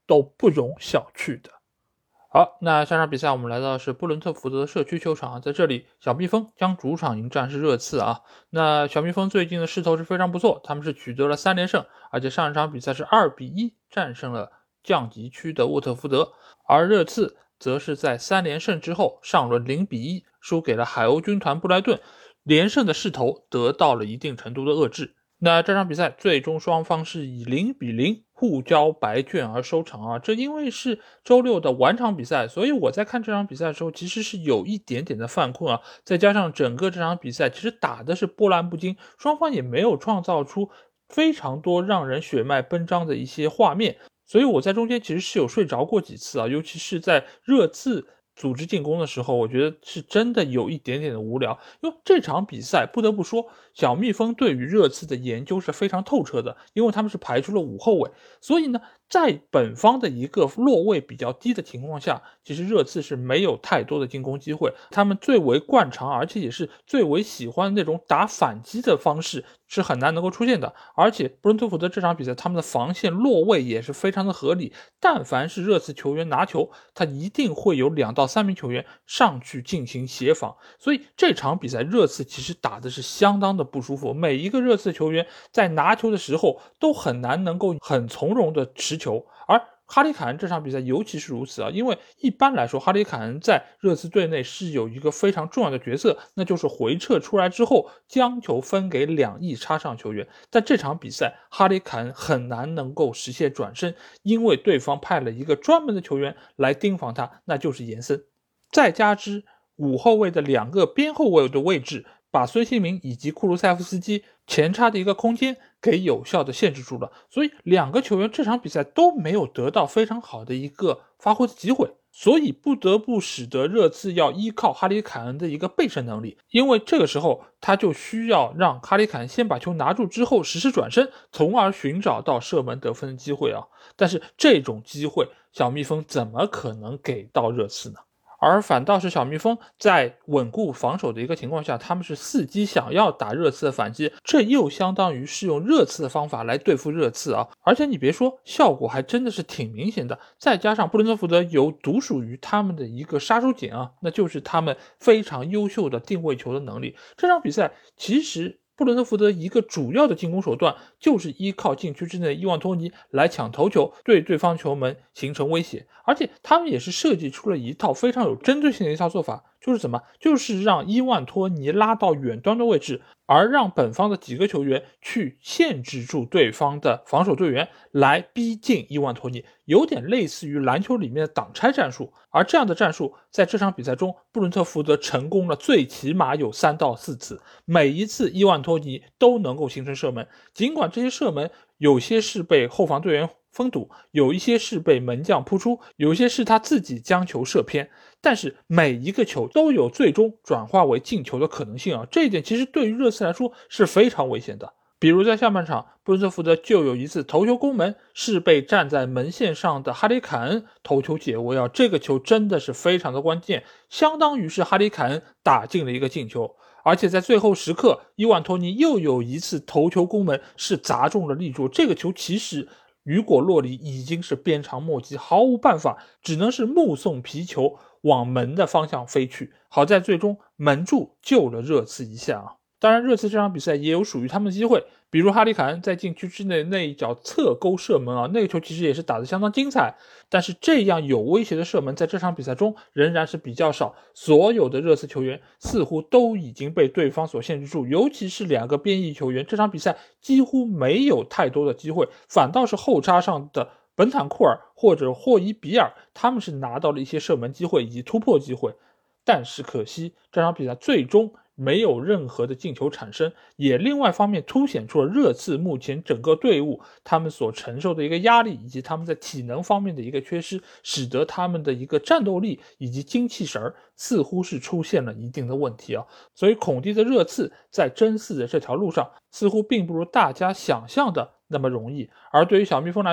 都不容小觑的。好，那下场比赛我们来到是布伦特福德社区球场，在这里小蜜蜂将主场迎战是热刺啊。那小蜜蜂最近的势头是非常不错，他们是取得了三连胜，而且上一场比赛是二比一战胜了降级区的沃特福德，而热刺则是在三连胜之后上轮零比一输给了海鸥军团布莱顿，连胜的势头得到了一定程度的遏制。那这场比赛最终双方是以零比零互交白卷而收场啊！这因为是周六的晚场比赛，所以我在看这场比赛的时候其实是有一点点的犯困啊。再加上整个这场比赛其实打的是波澜不惊，双方也没有创造出非常多让人血脉奔张的一些画面，所以我在中间其实是有睡着过几次啊，尤其是在热刺组织进攻的时候，我觉得是真的有一点点的无聊。因为这场比赛不得不说，小蜜蜂对于热刺的研究是非常透彻的，因为他们是排出了五后卫，所以呢在本方的一个落位比较低的情况下，其实热刺是没有太多的进攻机会，他们最为惯常而且也是最为喜欢那种打反击的方式是很难能够出现的。而且布伦特福德这场比赛他们的防线落位也是非常的合理，但凡是热刺球员拿球，他一定会有两到三名球员上去进行协防，所以这场比赛热刺其实打的是相当的不舒服，每一个热刺球员在拿球的时候都很难能够很从容的持球，而哈里凯恩这场比赛尤其是如此啊，因为一般来说哈里凯恩在热刺队内是有一个非常重要的角色，那就是回撤出来之后将球分给两翼插上球员，但这场比赛哈里凯恩很难能够实现转身，因为对方派了一个专门的球员来盯防他，那就是延森，再加之五后卫的两个边后卫的位置把孙兴民以及库卢塞夫斯基前插的一个空间给有效的限制住了，所以两个球员这场比赛都没有得到非常好的一个发挥的机会，所以不得不使得热刺要依靠哈里凯恩的一个背身能力，因为这个时候他就需要让哈里凯恩先把球拿住之后实施转身，从而寻找到射门得分的机会啊。但是这种机会小蜜蜂怎么可能给到热刺呢？而反倒是小蜜蜂在稳固防守的一个情况下，他们是伺机想要打热刺的反击，这又相当于是用热刺的方法来对付热刺啊！而且你别说，效果还真的是挺明显的。再加上布伦特福德有独属于他们的一个杀手锏啊，那就是他们非常优秀的定位球的能力。这场比赛其实布伦特福德一个主要的进攻手段就是依靠禁区之内的伊万托尼来抢头球，对对方球门形成威胁，而且他们也是设计出了一套非常有针对性的一套做法，就是怎么就是让伊万托尼拉到远端的位置，而让本方的几个球员去限制住对方的防守队员，来逼近伊万托尼，有点类似于篮球里面的挡拆战术。而这样的战术在这场比赛中布伦特福德成功了最起码有三到四次，每一次伊万托尼都能够形成射门，尽管这些射门有些是被后防队员封堵，有一些是被门将扑出，有一些是他自己将球射偏，但是每一个球都有最终转化为进球的可能性啊！这一点其实对于热刺来说是非常危险的。比如在下半场，布伦特福德就有一次头球攻门是被站在门线上的哈里凯恩头球解围啊，这个球真的是非常的关键，相当于是哈里凯恩打进了一个进球。而且在最后时刻，伊万托尼又有一次头球攻门是砸中了立柱，这个球其实雨果洛里已经是鞭长莫及，毫无办法，只能是目送皮球往门的方向飞去。好在最终门柱救了热刺一下啊。当然热刺这场比赛也有属于他们的机会，比如哈里凯恩在禁区之内那一脚侧勾射门啊，那个球其实也是打得相当精彩，但是这样有威胁的射门在这场比赛中仍然是比较少，所有的热刺球员似乎都已经被对方所限制住，尤其是两个边翼球员，这场比赛几乎没有太多的机会，反倒是后插上的本坦库尔或者霍伊比尔，他们是拿到了一些射门机会以及突破机会，但是可惜这场比赛最终没有任何的进球产生，也另外方面凸显出了热刺目前整个队伍他们所承受的一个压力，以及他们在体能方面的一个缺失，使得他们的一个战斗力以及精气神似乎是出现了一定的问题啊。所以孔蒂的热刺在争四的这条路上似乎并不如大家想象的那么容易，而对于小蜜蜂来说，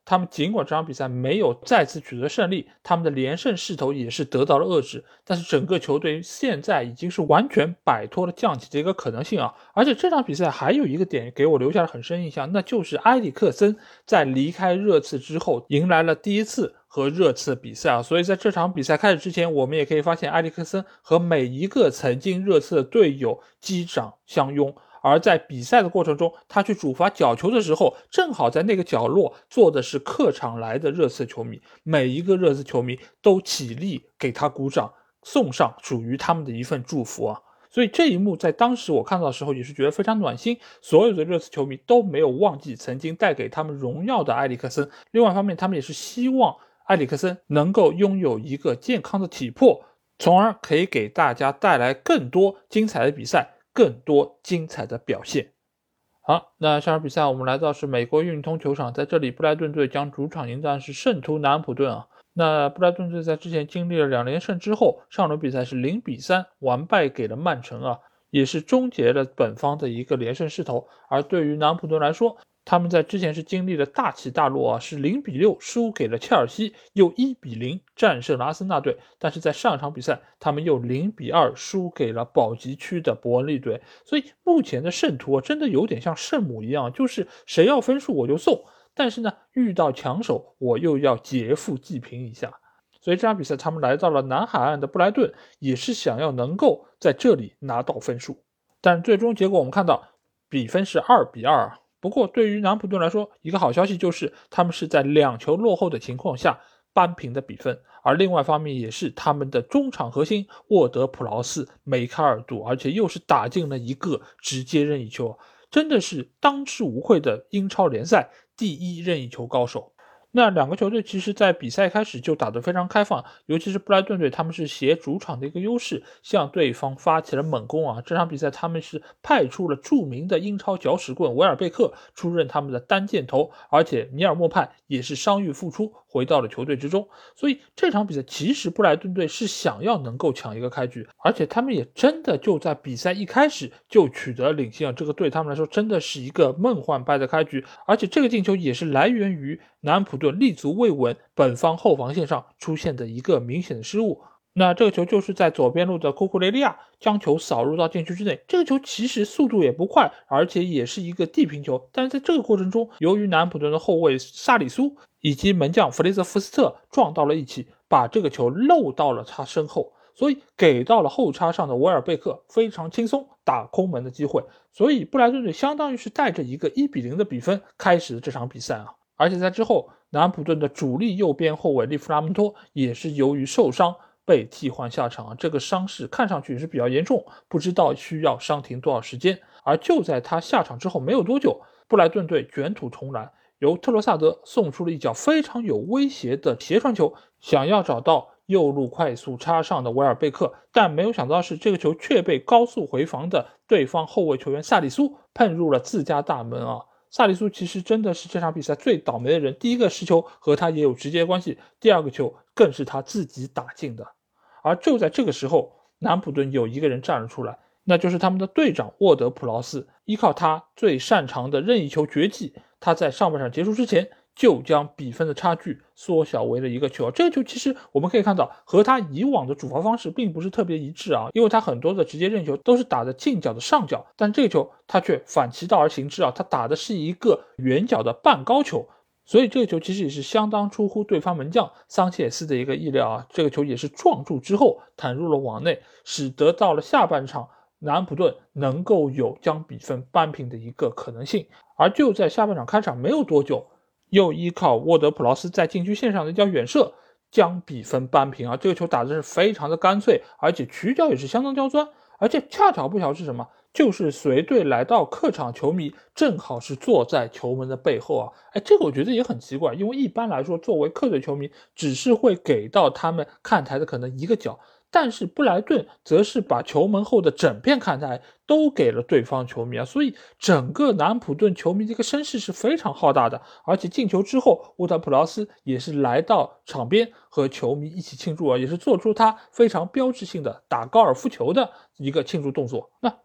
他们尽管这场比赛没有再次取得胜利，他们的连胜势头也是得到了遏制，但是整个球队现在已经是完全摆脱了降级这个可能性啊！而且这场比赛还有一个点给我留下了很深印象，那就是埃里克森在离开热刺之后迎来了第一次和热刺的比赛啊，所以在这场比赛开始之前，我们也可以发现埃里克森和每一个曾经热刺的队友击掌相拥。而在比赛的过程中，他去主罚角球的时候，正好在那个角落坐的是客场来的热刺球迷，每一个热刺球迷都起立给他鼓掌，送上属于他们的一份祝福啊！所以这一幕在当时我看到的时候也是觉得非常暖心，所有的热刺球迷都没有忘记曾经带给他们荣耀的埃里克森。另外一方面，他们也是希望埃里克森能够拥有一个健康的体魄，从而可以给大家带来更多精彩的比赛，更多精彩的表现。好，那下场比赛我们来到是美国运通球场，在这里布莱顿队将主场迎战是圣徒南安普顿啊。那布莱顿队在之前经历了两连胜之后，上轮比赛是零比三完败给了曼城啊，也是终结了本方的一个连胜势头。而对于南安普顿来说，他们在之前是经历了大起大落啊，是零比六输给了切尔西，又一比零战胜了阿森纳队，但是在上场比赛他们又零比二输给了保级区的伯恩利队。所以目前的圣徒啊，真的有点像圣母一样，就是谁要分数我就送，但是呢遇到强手我又要劫富济贫一下。所以这场比赛他们来到了南海岸的布莱顿，也是想要能够在这里拿到分数，但最终结果我们看到比分是二比二啊。不过对于南安普顿来说，一个好消息就是他们是在两球落后的情况下扳平的比分，而另外一方面也是他们的中场核心沃德普劳斯梅开二度，而且又是打进了一个直接任意球，真的是当之无愧的英超联赛第一任意球高手。那两个球队其实在比赛开始就打得非常开放，尤其是布莱顿队，他们是携主场的一个优势向对方发起了猛攻啊！这场比赛他们是派出了著名的英超搅屎棍维尔贝克出任他们的单箭头，而且尼尔莫派也是伤愈复出回到了球队之中，所以这场比赛其实布莱顿队是想要能够抢一个开局，而且他们也真的就在比赛一开始就取得领先啊！这个对他们来说真的是一个梦幻般的开局，而且这个进球也是来源于南安普顿立足未稳，本方后防线上出现的一个明显的失误。那这个球就是在左边路的库库雷利亚将球扫入到禁区之内，这个球其实速度也不快，而且也是一个地平球，但是在这个过程中，由于南安普顿的后卫萨里苏以及门将弗雷泽福斯特撞到了一起，把这个球漏到了他身后，所以给到了后插上的维尔贝克非常轻松打空门的机会，所以布莱顿队相当于是带着一个一比零的比分开始了这场比赛啊。而且在之后，南安普顿的主力右边后卫利弗拉门托也是由于受伤被替换下场，这个伤势看上去是比较严重，不知道需要伤停多少时间。而就在他下场之后没有多久，布莱顿队卷土重来，由特罗萨德送出了一脚非常有威胁的斜传球，想要找到右路快速插上的维尔贝克，但没有想到是这个球却被高速回防的对方后卫球员萨里苏碰入了自家大门啊！萨里苏其实真的是这场比赛最倒霉的人，第一个失球和他也有直接关系，第二个球更是他自己打进的。而就在这个时候，南安普顿有一个人站了出来，那就是他们的队长沃德普劳斯，依靠他最擅长的任意球绝技，他在上半场结束之前就将比分的差距缩小为了一个球。这个球其实我们可以看到和他以往的主罚方式并不是特别一致啊，因为他很多的直接任意球都是打的近角的上角，但这个球他却反其道而行之啊，他打的是一个远角的半高球，所以这个球其实也是相当出乎对方门将桑切斯的一个意料啊，这个球也是撞柱之后弹入了网内，使得到了下半场南安普顿能够有将比分扳平的一个可能性。而就在下半场开场没有多久，又依靠沃德普劳斯在禁区线上的一脚远射将比分扳平啊！这个球打的是非常的干脆，而且曲角也是相当刁钻，而且恰巧不巧是什么？就是随队来到客场球迷正好是坐在球门的背后啊！哎，这个我觉得也很奇怪，因为一般来说作为客队球迷只是会给到他们看台的可能一个角，但是布莱顿则是把球门后的整片看台都给了对方球迷啊，所以整个南安普顿球迷这个声势是非常浩大的。而且进球之后，沃德普劳斯也是来到场边和球迷一起庆祝啊，也是做出他非常标志性的打高尔夫球的一个庆祝动作。那沃德普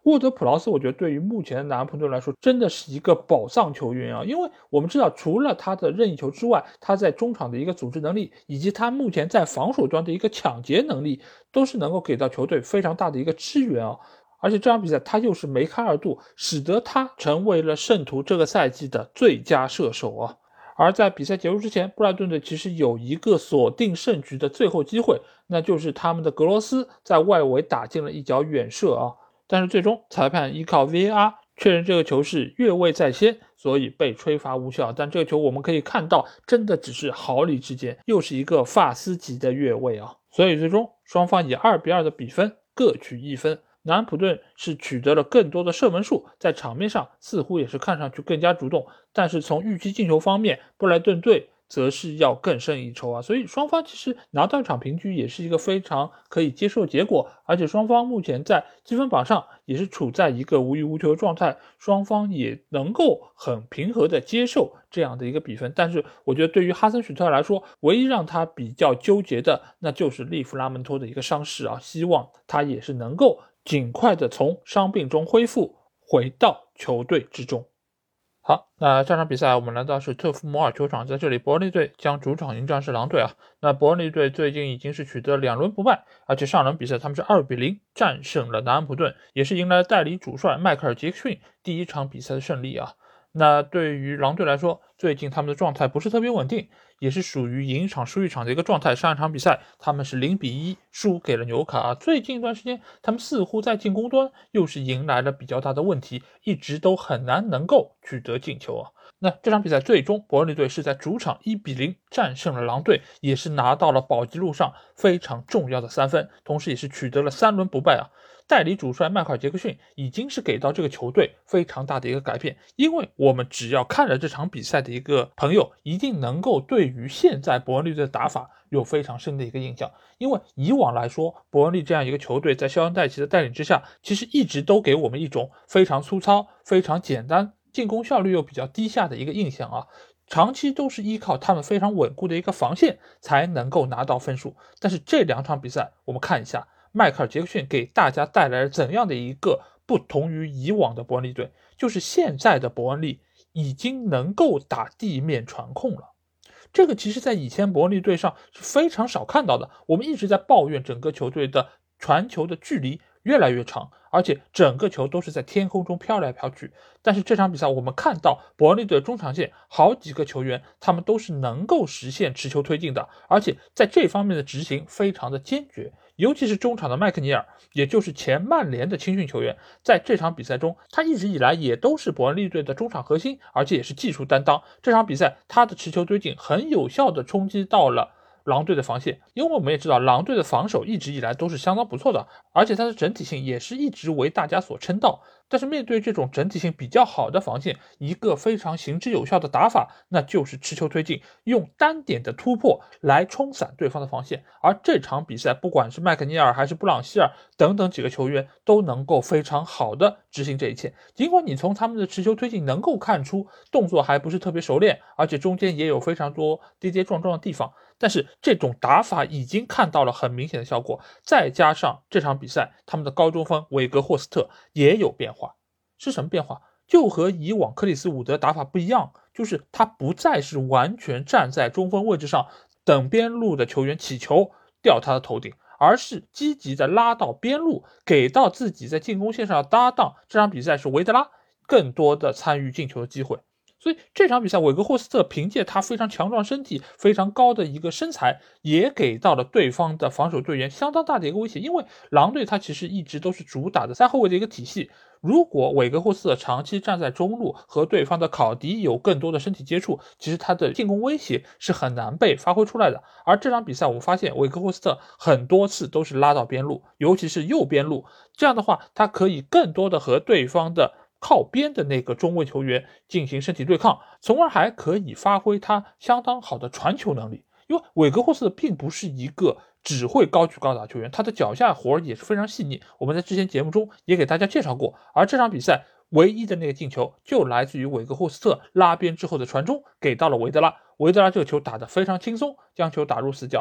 普劳斯我觉得对于目前的南安普顿来说真的是一个宝藏球员啊，因为我们知道除了他的任意球之外，他在中场的一个组织能力，以及他目前在防守端的一个抢劫能力，都是能够给到球队非常大的一个支援啊。而且这场比赛他又是梅开二度，使得他成为了圣徒这个赛季的最佳射手啊。而在比赛结束之前，布莱顿队其实有一个锁定胜局的最后机会，那就是他们的格罗斯在外围打进了一脚远射啊。但是最终裁判依靠 V A R 确认这个球是越位在先，所以被吹罚无效。但这个球我们可以看到，真的只是毫厘之间，又是一个法斯级的越位啊。所以最终双方以二比二的比分各取一分。南安普顿是取得了更多的射门数，在场面上似乎也是看上去更加主动，但是从预期进球方面，布莱顿队则是要更胜一筹啊。所以双方其实拿到一场平局也是一个非常可以接受的结果，而且双方目前在积分榜上也是处在一个无欲无求的状态，双方也能够很平和的接受这样的一个比分。但是我觉得对于哈森许特来说，唯一让他比较纠结的那就是利弗拉门托的一个伤势啊，希望他也是能够尽快的从伤病中恢复，回到球队之中。好，那这场比赛我们来到是特夫摩尔球场，在这里伯恩利队将主场迎战是狼队啊。那伯恩利队最近已经是取得两轮不败，而且上轮比赛他们是二比零战胜了南安普顿，也是迎来了代理主帅迈克尔杰克逊第一场比赛的胜利啊。那对于狼队来说，最近他们的状态不是特别稳定，也是属于赢一场输一场的一个状态。上一场比赛他们是零比一输给了纽卡啊。最近一段时间他们似乎在进攻端又是迎来了比较大的问题，一直都很难能够取得进球啊。那这场比赛最终伯恩利队是在主场一比零战胜了狼队，也是拿到了保级路上非常重要的三分，同时也是取得了三轮不败啊。代理主帅迈克尔杰克逊已经是给到这个球队非常大的一个改变，因为我们只要看了这场比赛的一个朋友，一定能够对于现在伯恩利队的打法有非常深的一个印象。因为以往来说，伯恩利这样一个球队在肖恩戴奇的带领之下，其实一直都给我们一种非常粗糙、非常简单、进攻效率又比较低下的一个印象啊。长期都是依靠他们非常稳固的一个防线才能够拿到分数。但是这两场比赛我们看一下，迈克尔杰克逊给大家带来了怎样的一个不同于以往的伯恩利队，就是现在的伯恩利已经能够打地面传控了。这个其实在以前伯恩利队上是非常少看到的，我们一直在抱怨整个球队的传球的距离越来越长，而且整个球都是在天空中飘来飘去。但是这场比赛我们看到伯恩利队中场线好几个球员他们都是能够实现持球推进的，而且在这方面的执行非常的坚决。尤其是中场的麦克尼尔，也就是前曼联的青训球员，在这场比赛中他一直以来也都是伯恩利队的中场核心，而且也是技术担当。这场比赛他的持球推进很有效的冲击到了狼队的防线，因为我们也知道狼队的防守一直以来都是相当不错的，而且它的整体性也是一直为大家所称道。但是面对这种整体性比较好的防线，一个非常行之有效的打法，那就是持球推进，用单点的突破来冲散对方的防线。而这场比赛不管是麦克尼尔还是布朗希尔等等几个球员都能够非常好的执行这一切。尽管你从他们的持球推进能够看出动作还不是特别熟练，而且中间也有非常多跌跌撞撞的地方，但是这种打法已经看到了很明显的效果。再加上这场比赛他们的高中锋韦格霍斯特也有变化。是什么变化？就和以往克里斯伍德打法不一样，就是他不再是完全站在中锋位置上等边路的球员起球掉他的头顶，而是积极的拉到边路，给到自己在进攻线上的搭档，这场比赛是维德拉更多的参与进球的机会。所以这场比赛韦格霍斯特凭借他非常强壮身体非常高的一个身材，也给到了对方的防守队员相当大的一个威胁。因为狼队他其实一直都是主打的三后卫的一个体系，如果韦格霍斯特长期站在中路和对方的考迪有更多的身体接触，其实他的进攻威胁是很难被发挥出来的。而这场比赛我们发现韦格霍斯特很多次都是拉到边路，尤其是右边路，这样的话他可以更多的和对方的靠边的那个中卫球员进行身体对抗，从而还可以发挥他相当好的传球能力。因为韦格霍斯特并不是一个只会高举高打球员，他的脚下活也是非常细腻，我们在之前节目中也给大家介绍过。而这场比赛唯一的那个进球就来自于韦格霍斯特拉边之后的传中给到了维德拉，维德拉这个球打得非常轻松，将球打入死角。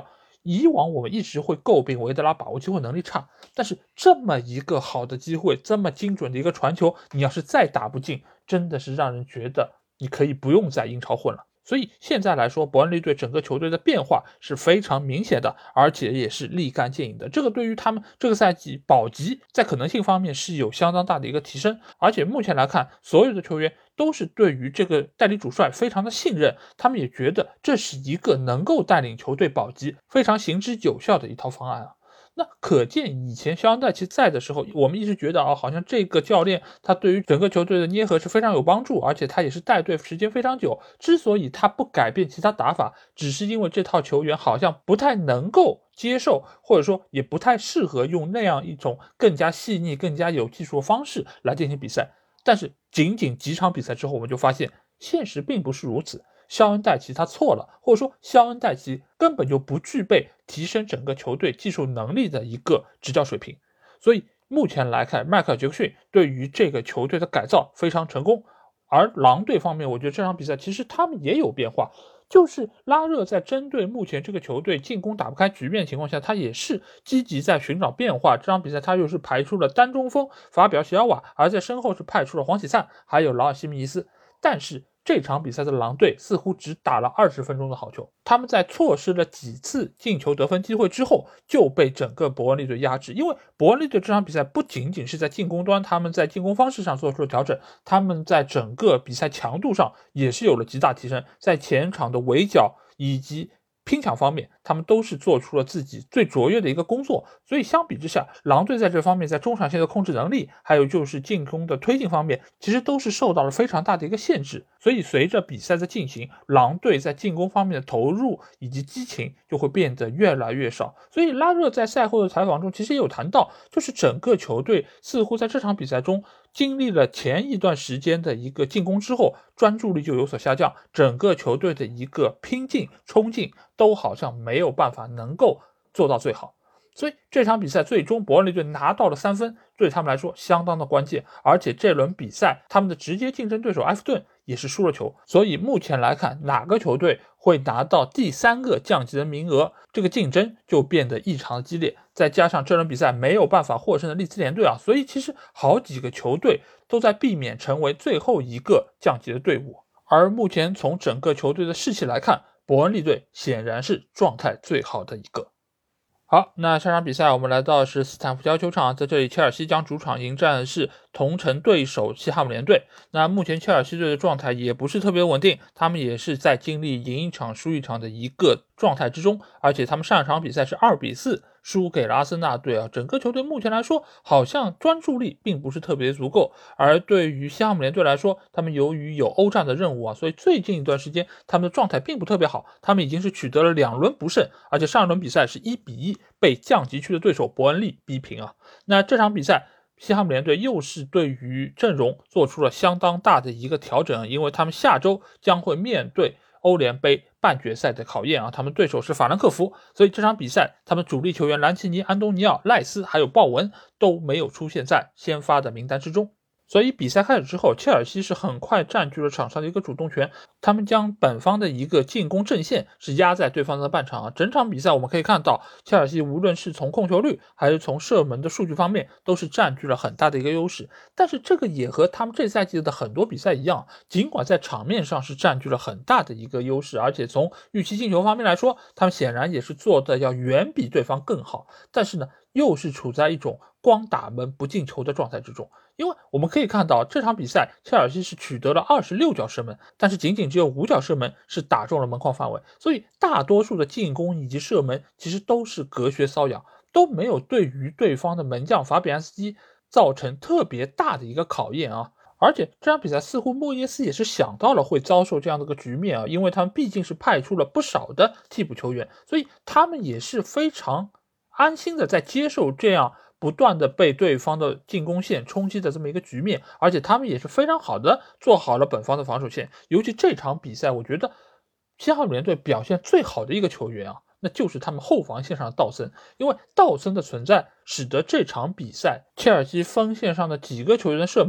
以往我们一直会诟病维德拉把握机会能力差，但是这么一个好的机会，这么精准的一个传球，你要是再打不进，真的是让人觉得你可以不用在英超混了。所以现在来说，伯恩利队整个球队的变化是非常明显的，而且也是立竿见影的。这个对于他们这个赛季保级在可能性方面是有相当大的一个提升，而且目前来看，所有的球员都是对于这个代理主帅非常的信任，他们也觉得这是一个能够带领球队保级非常行之有效的一套方案啊。那可见以前肖恩戴奇在的时候，我们一直觉得啊，好像这个教练他对于整个球队的捏合是非常有帮助，而且他也是带队时间非常久。之所以他不改变其他打法，只是因为这套球员好像不太能够接受，或者说也不太适合用那样一种更加细腻、更加有技术的方式来进行比赛。但是仅仅几场比赛之后，我们就发现现实并不是如此。肖恩戴奇他错了，或者说肖恩戴奇根本就不具备提升整个球队技术能力的一个执教水平。所以目前来看，迈克尔杰克逊对于这个球队的改造非常成功。而狼队方面，我觉得这场比赛其实他们也有变化，就是拉热在针对目前这个球队进攻打不开局面的情况下，他也是积极在寻找变化。这场比赛他又是排出了单中锋法比奥席尔瓦，而在身后是派出了黄喜灿还有劳尔西米尼斯。但是这场比赛的狼队似乎只打了二十分钟的好球，他们在错失了几次进球得分机会之后，就被整个伯恩利队压制。因为伯恩利队这场比赛不仅仅是在进攻端，他们在进攻方式上做出了调整，他们在整个比赛强度上也是有了极大提升，在前场的围剿以及拼抢方面，他们都是做出了自己最卓越的一个工作。所以相比之下，狼队在这方面在中场线的控制能力，还有就是进攻的推进方面，其实都是受到了非常大的一个限制。所以随着比赛的进行，狼队在进攻方面的投入以及激情就会变得越来越少。所以拉热在赛后的采访中其实也有谈到，就是整个球队似乎在这场比赛中经历了前一段时间的一个进攻之后，专注力就有所下降，整个球队的一个拼劲冲劲都好像没有办法能够做到最好。所以这场比赛最终伯恩利队拿到了三分，对他们来说相当的关键。而且这轮比赛他们的直接竞争对手埃弗顿也是输了球，所以目前来看，哪个球队会拿到第三个降级的名额，这个竞争就变得异常的激烈。再加上这轮比赛没有办法获胜的利兹联队啊，所以其实好几个球队都在避免成为最后一个降级的队伍。而目前从整个球队的士气来看，伯恩利队显然是状态最好的一个。好，那下场比赛我们来到的是斯坦福桥球场，在这里切尔西将主场迎战的是同城对手西汉姆联队。那目前切尔西队的状态也不是特别稳定，他们也是在经历赢一场输一场的一个状态之中，而且他们上一场比赛是二比四输给了阿森纳队啊，整个球队目前来说好像专注力并不是特别足够。而对于西汉姆联队来说，他们由于有欧战的任务啊，所以最近一段时间他们的状态并不特别好，他们已经是取得了两轮不胜，而且上一轮比赛是一比一被降级区的对手伯恩利逼平啊。那这场比赛西汉姆联队又是对于阵容做出了相当大的一个调整，因为他们下周将会面对欧联杯半决赛的考验啊，他们对手是法兰克福，所以这场比赛他们主力球员兰奇尼、安东尼奥、赖斯还有鲍文都没有出现在先发的名单之中。所以比赛开始之后，切尔西是很快占据了场上的一个主动权，他们将本方的一个进攻阵线是压在对方的半场啊。整场比赛我们可以看到，切尔西无论是从控球率还是从射门的数据方面，都是占据了很大的一个优势。但是这个也和他们这赛季的很多比赛一样，尽管在场面上是占据了很大的一个优势，而且从预期进球方面来说，他们显然也是做的要远比对方更好，但是呢，又是处在一种光打门不进球的状态之中。因为我们可以看到这场比赛切尔西是取得了二十六脚射门，但是仅仅只有五脚射门是打中了门框范围，所以大多数的进攻以及射门其实都是隔靴搔痒，都没有对于对方的门将法比安斯基造成特别大的一个考验啊。而且这场比赛似乎莫耶斯也是想到了会遭受这样的一个局面啊，因为他们毕竟是派出了不少的替补球员，所以他们也是非常安心的在接受这样不断的被对方的进攻线冲击的这么一个局面，而且他们也是非常好的做好了本方的防守线。尤其这场比赛，我觉得西汉姆联队表现最好的一个球员啊，那就是他们后防线上的道森。因为道森的存在使得这场比赛切尔西锋线上的几个球员的射门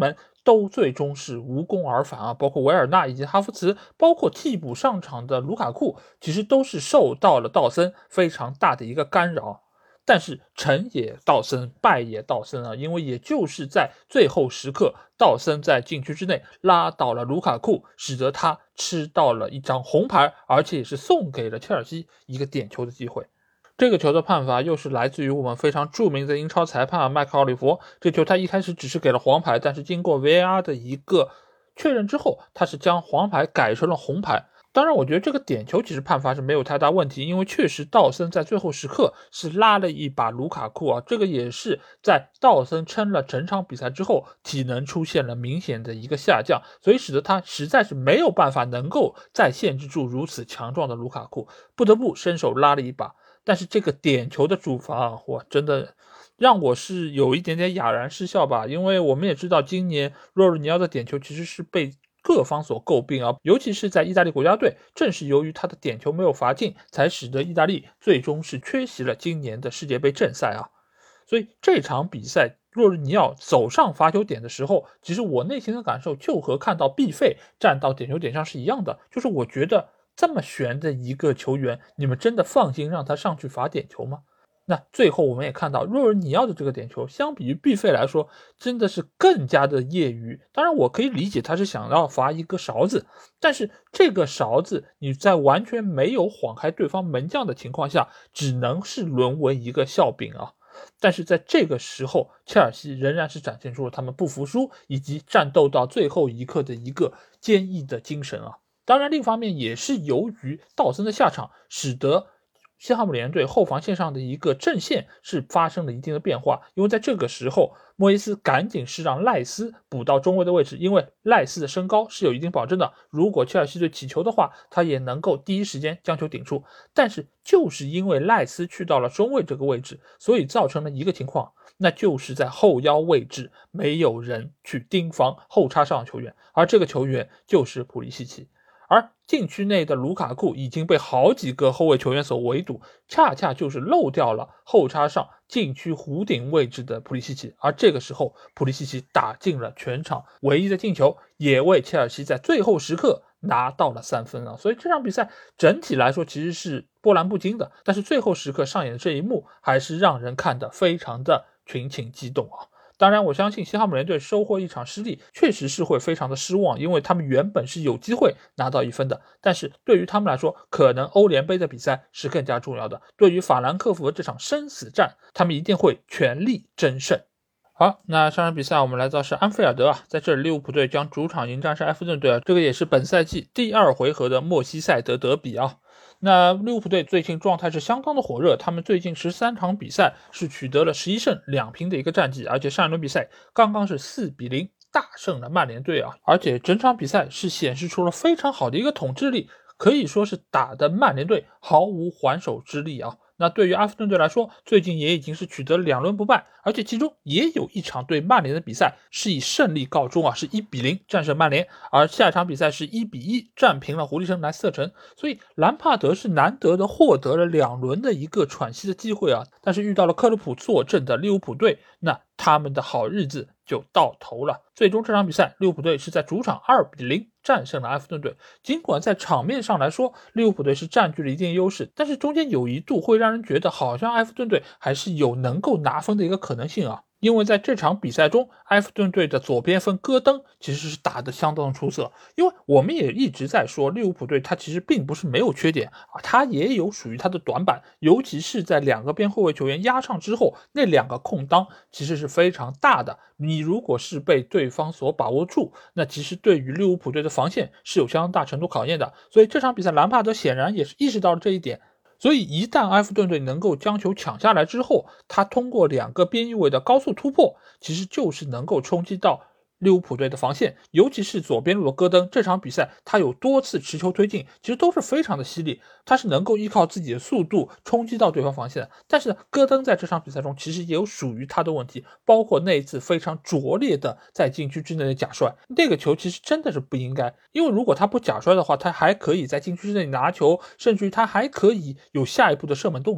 都最终是无功而返啊，包括维尔纳以及哈弗茨，包括替补上场的卢卡库，其实都是受到了道森非常大的一个干扰。但是成也道森，败也道森啊，因为也就是在最后时刻，道森在禁区之内拉倒了卢卡库，使得他吃到了一张红牌，而且也是送给了切尔西一个点球的机会。这个球的判罚又是来自于我们非常著名的英超裁判麦克奥利弗，这球他一开始只是给了黄牌，但是经过 V A R 的一个确认之后，他是将黄牌改成了红牌。当然我觉得这个点球其实判罚是没有太大问题，因为确实道森在最后时刻是拉了一把卢卡库啊，这个也是在道森撑了整场比赛之后，体能出现了明显的一个下降，所以使得他实在是没有办法能够再限制住如此强壮的卢卡库，不得不伸手拉了一把。但是这个点球的主罚啊，我真的让我是有一点点哑然失笑吧，因为我们也知道今年若日尼奥的点球其实是被各方所诟病啊，尤其是在意大利国家队，正是由于他的点球没有罚进，才使得意大利最终是缺席了今年的世界杯正赛啊。所以这场比赛若日尼奥走上罚球点的时候，其实我内心的感受就和看到毕费站到点球点上是一样的，就是我觉得这么悬的一个球员，你们真的放心让他上去罚点球吗？那最后我们也看到若尔尼奥的这个点球相比于毕费来说真的是更加的业余，当然我可以理解他是想要罚一个勺子，但是这个勺子你在完全没有晃开对方门将的情况下只能是沦为一个笑柄啊。但是在这个时候切尔西仍然是展现出了他们不服输以及战斗到最后一刻的一个坚毅的精神啊。当然另一方面也是由于道森的下场，使得西汉姆联队后防线上的一个阵线是发生了一定的变化，因为在这个时候莫耶斯赶紧是让赖斯补到中卫的位置，因为赖斯的身高是有一定保证的，如果切尔西队起球的话他也能够第一时间将球顶出，但是就是因为赖斯去到了中卫这个位置，所以造成了一个情况，那就是在后腰位置没有人去盯防后插上的球员，而这个球员就是普利西奇，而禁区内的卢卡库已经被好几个后卫球员所围堵，恰恰就是漏掉了后插上禁区弧顶位置的普利西奇，而这个时候普利西奇打进了全场唯一的进球，也为切尔西在最后时刻拿到了三分啊！所以这场比赛整体来说其实是波澜不惊的，但是最后时刻上演的这一幕还是让人看得非常的群情激动啊！当然我相信西汉姆联队收获一场失利确实是会非常的失望，因为他们原本是有机会拿到一分的，但是对于他们来说可能欧联杯的比赛是更加重要的，对于法兰克福的这场生死战他们一定会全力争胜。好，那上场比赛我们来到是安菲尔德啊，在这里利物浦队将主场迎战是埃弗顿队啊，这个也是本赛季第二回合的莫西塞德德比啊。那利物浦队最近状态是相当的火热，他们最近十三场比赛是取得了十一胜两平的一个战绩，而且上一轮比赛刚刚是四比零大胜了曼联队啊，而且整场比赛是显示出了非常好的一个统治力，可以说是打的曼联队毫无还手之力啊。那对于阿弗顿队来说，最近也已经是取得了两轮不败，而且其中也有一场对曼联的比赛是以胜利告终啊，是一比零战胜曼联，而下一场比赛是一比一战平了狐狸城莱斯特城，所以兰帕德是难得的获得了两轮的一个喘息的机会啊，但是遇到了克鲁普坐镇的利物浦队，那他们的好日子就到头了。最终这场比赛利物浦队是在主场二比零战胜了埃弗顿队，尽管在场面上来说利物浦队是占据了一定优势，但是中间有一度会让人觉得好像埃弗顿队还是有能够拿分的一个可能性啊。因为在这场比赛中埃弗顿队的左边锋戈登其实是打得相当出色，因为我们也一直在说利物浦队他其实并不是没有缺点啊，他也有属于他的短板，尤其是在两个边后卫球员压上之后，那两个空当其实是非常大的，你如果是被对方所把握住，那其实对于利物浦队的防线是有相当大程度考验的，所以这场比赛兰帕德显然也是意识到了这一点，所以一旦埃弗顿队能够将球抢下来之后，他通过两个边翼位的高速突破，其实就是能够冲击到利物浦队的防线，尤其是左边路的戈登，这场比赛他有多次持球推进，其实都是非常的犀利，他是能够依靠自己的速度冲击到对方防线的。但是戈登在这场比赛中其实也有属于他的问题，包括那一次非常拙劣的在禁区之内的假摔，那个球其实真的是不应该，因为如果他不假摔的话，他还可以在禁区之内拿球，甚至于他还可以有下一步的射门动作。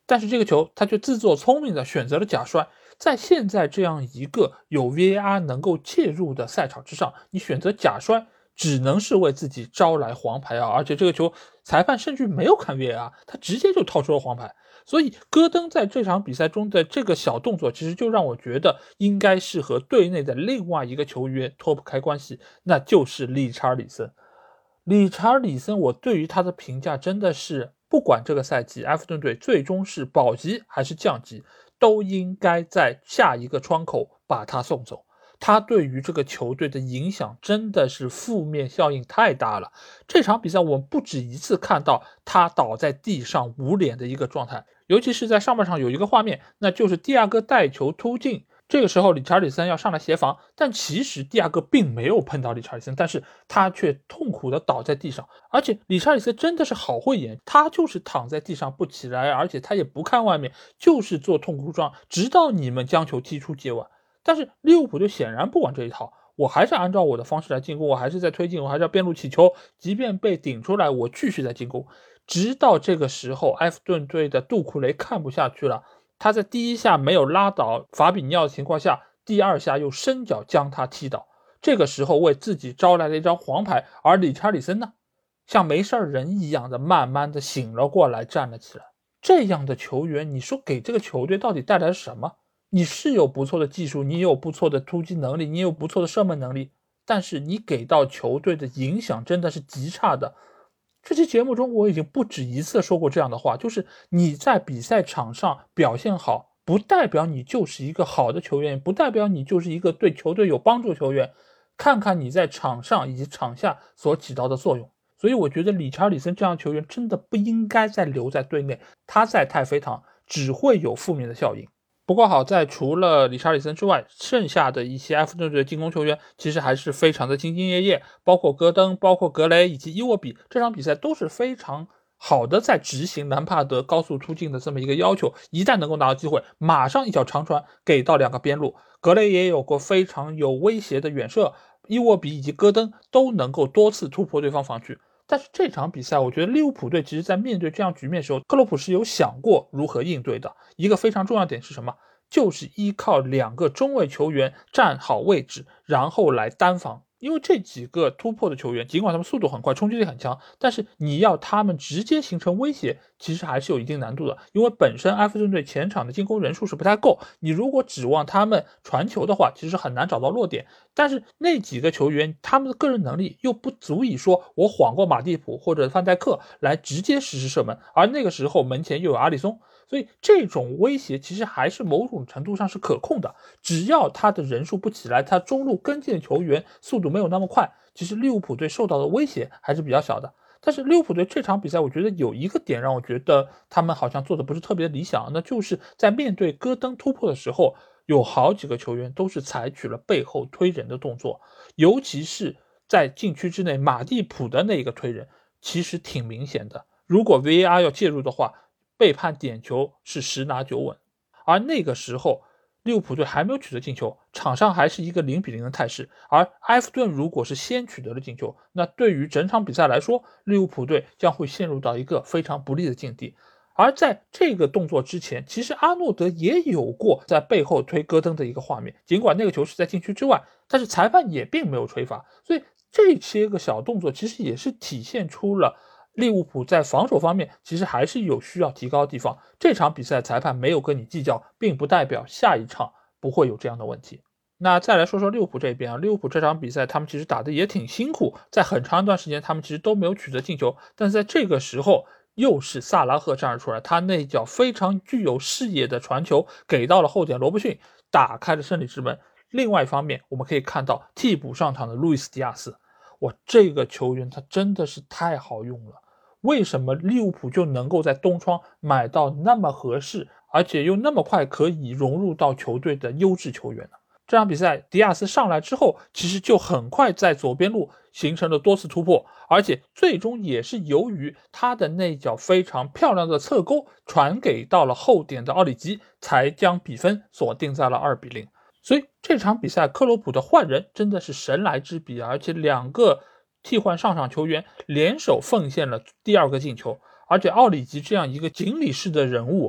但是这个球他却自作聪明的选择了假摔。在现在这样一个有 V A R 能够介入的赛场之上，你选择假摔只能是为自己招来黄牌啊！而且这个球裁判甚至没有看 V A R， 他直接就掏出了黄牌。所以戈登在这场比赛中的这个小动作，其实就让我觉得应该是和队内的另外一个球员脱不开关系，那就是理查里森。理查里森，我对于他的评价真的是，不管这个赛季埃弗顿队最终是保级还是降级，都应该在下一个窗口把他送走。他对于这个球队的影响真的是负面效应太大了。这场比赛我们不止一次看到他倒在地上捂脸的一个状态，尤其是在上半场有一个画面，那就是蒂亚戈带球突进，这个时候理查里森要上来协防，但其实蒂亚戈并没有碰到理查里森，但是他却痛苦的倒在地上。而且理查里森真的是好会演，他就是躺在地上不起来，而且他也不看外面，就是做痛苦状，直到你们将球踢出界外。但是利物浦就显然不管这一套，我还是按照我的方式来进攻，我还是在推进，我还是要边路起球，即便被顶出来我继续在进攻。直到这个时候埃弗顿队的杜库雷看不下去了，他在第一下没有拉倒法比尼奥的情况下，第二下又伸脚将他踢倒，这个时候为自己招来了一张黄牌。而理查里森呢，像没事人一样的慢慢的醒了过来，站了起来。这样的球员，你说给这个球队到底带来什么？你是有不错的技术，你有不错的突击能力，你有不错的射门能力，但是你给到球队的影响真的是极差的。这期节目中我已经不止一次说过这样的话，就是你在比赛场上表现好，不代表你就是一个好的球员，不代表你就是一个对球队有帮助的球员，看看你在场上以及场下所起到的作用。所以我觉得理查里森这样的球员真的不应该再留在队内，他在太妃堂只会有负面的效应。不过好在除了理查里森之外，剩下的一些埃弗顿队的进攻球员其实还是非常的兢兢业业，包括戈登，包括格雷以及伊沃比，这场比赛都是非常好的在执行兰帕德高速突进的这么一个要求，一旦能够拿到机会，马上一脚长传给到两个边路。格雷也有过非常有威胁的远射，伊沃比以及戈登都能够多次突破对方防区。但是这场比赛我觉得利物浦队其实在面对这样局面的时候，克洛普是有想过如何应对的。一个非常重要的点是什么？就是依靠两个中卫球员站好位置，然后来单防。因为这几个突破的球员尽管他们速度很快，冲击力很强，但是你要他们直接形成威胁其实还是有一定难度的。因为本身埃弗顿队前场的进攻人数是不太够，你如果指望他们传球的话，其实很难找到落点。但是那几个球员他们的个人能力又不足以说我晃过马蒂普或者范戴克来直接实施射门，而那个时候门前又有阿里松，所以这种威胁其实还是某种程度上是可控的。只要他的人数不起来，他中路跟进的球员速度没有那么快，其实利物浦队受到的威胁还是比较小的。但是利物浦队这场比赛我觉得有一个点让我觉得他们好像做的不是特别理想，那就是在面对戈登突破的时候，有好几个球员都是采取了背后推人的动作，尤其是在禁区之内马蒂普的那个推人其实挺明显的，如果 V A R 要介入的话，被判点球是十拿九稳。而那个时候利物浦队还没有取得进球，场上还是一个零比零的态势，而埃弗顿如果是先取得了进球，那对于整场比赛来说，利物浦队将会陷入到一个非常不利的境地。而在这个动作之前，其实阿诺德也有过在背后推戈登的一个画面，尽管那个球是在禁区之外，但是裁判也并没有吹罚。所以这些个小动作其实也是体现出了利物浦在防守方面其实还是有需要提高的地方。这场比赛裁判没有跟你计较，并不代表下一场不会有这样的问题。那再来说说利物浦这边啊，利物浦这场比赛他们其实打得也挺辛苦，在很长一段时间他们其实都没有取得进球，但是在这个时候又是萨拉赫站了出来，他那脚非常具有视野的传球给到了后点罗伯逊，打开了胜利之门。另外一方面我们可以看到替补上场的路易斯迪亚斯，哇，这个球员他真的是太好用了。为什么利物浦就能够在冬窗买到那么合适而且又那么快可以融入到球队的优质球员呢？这场比赛迪亚斯上来之后其实就很快在左边路形成了多次突破，而且最终也是由于他的那脚非常漂亮的侧勾传给到了后点的奥里吉，才将比分锁定在了二比零。所以这场比赛克洛普的换人真的是神来之笔，而且两个替换上场球员联手奉献了第二个进球，而且奥里吉这样一个锦鲤式的人物，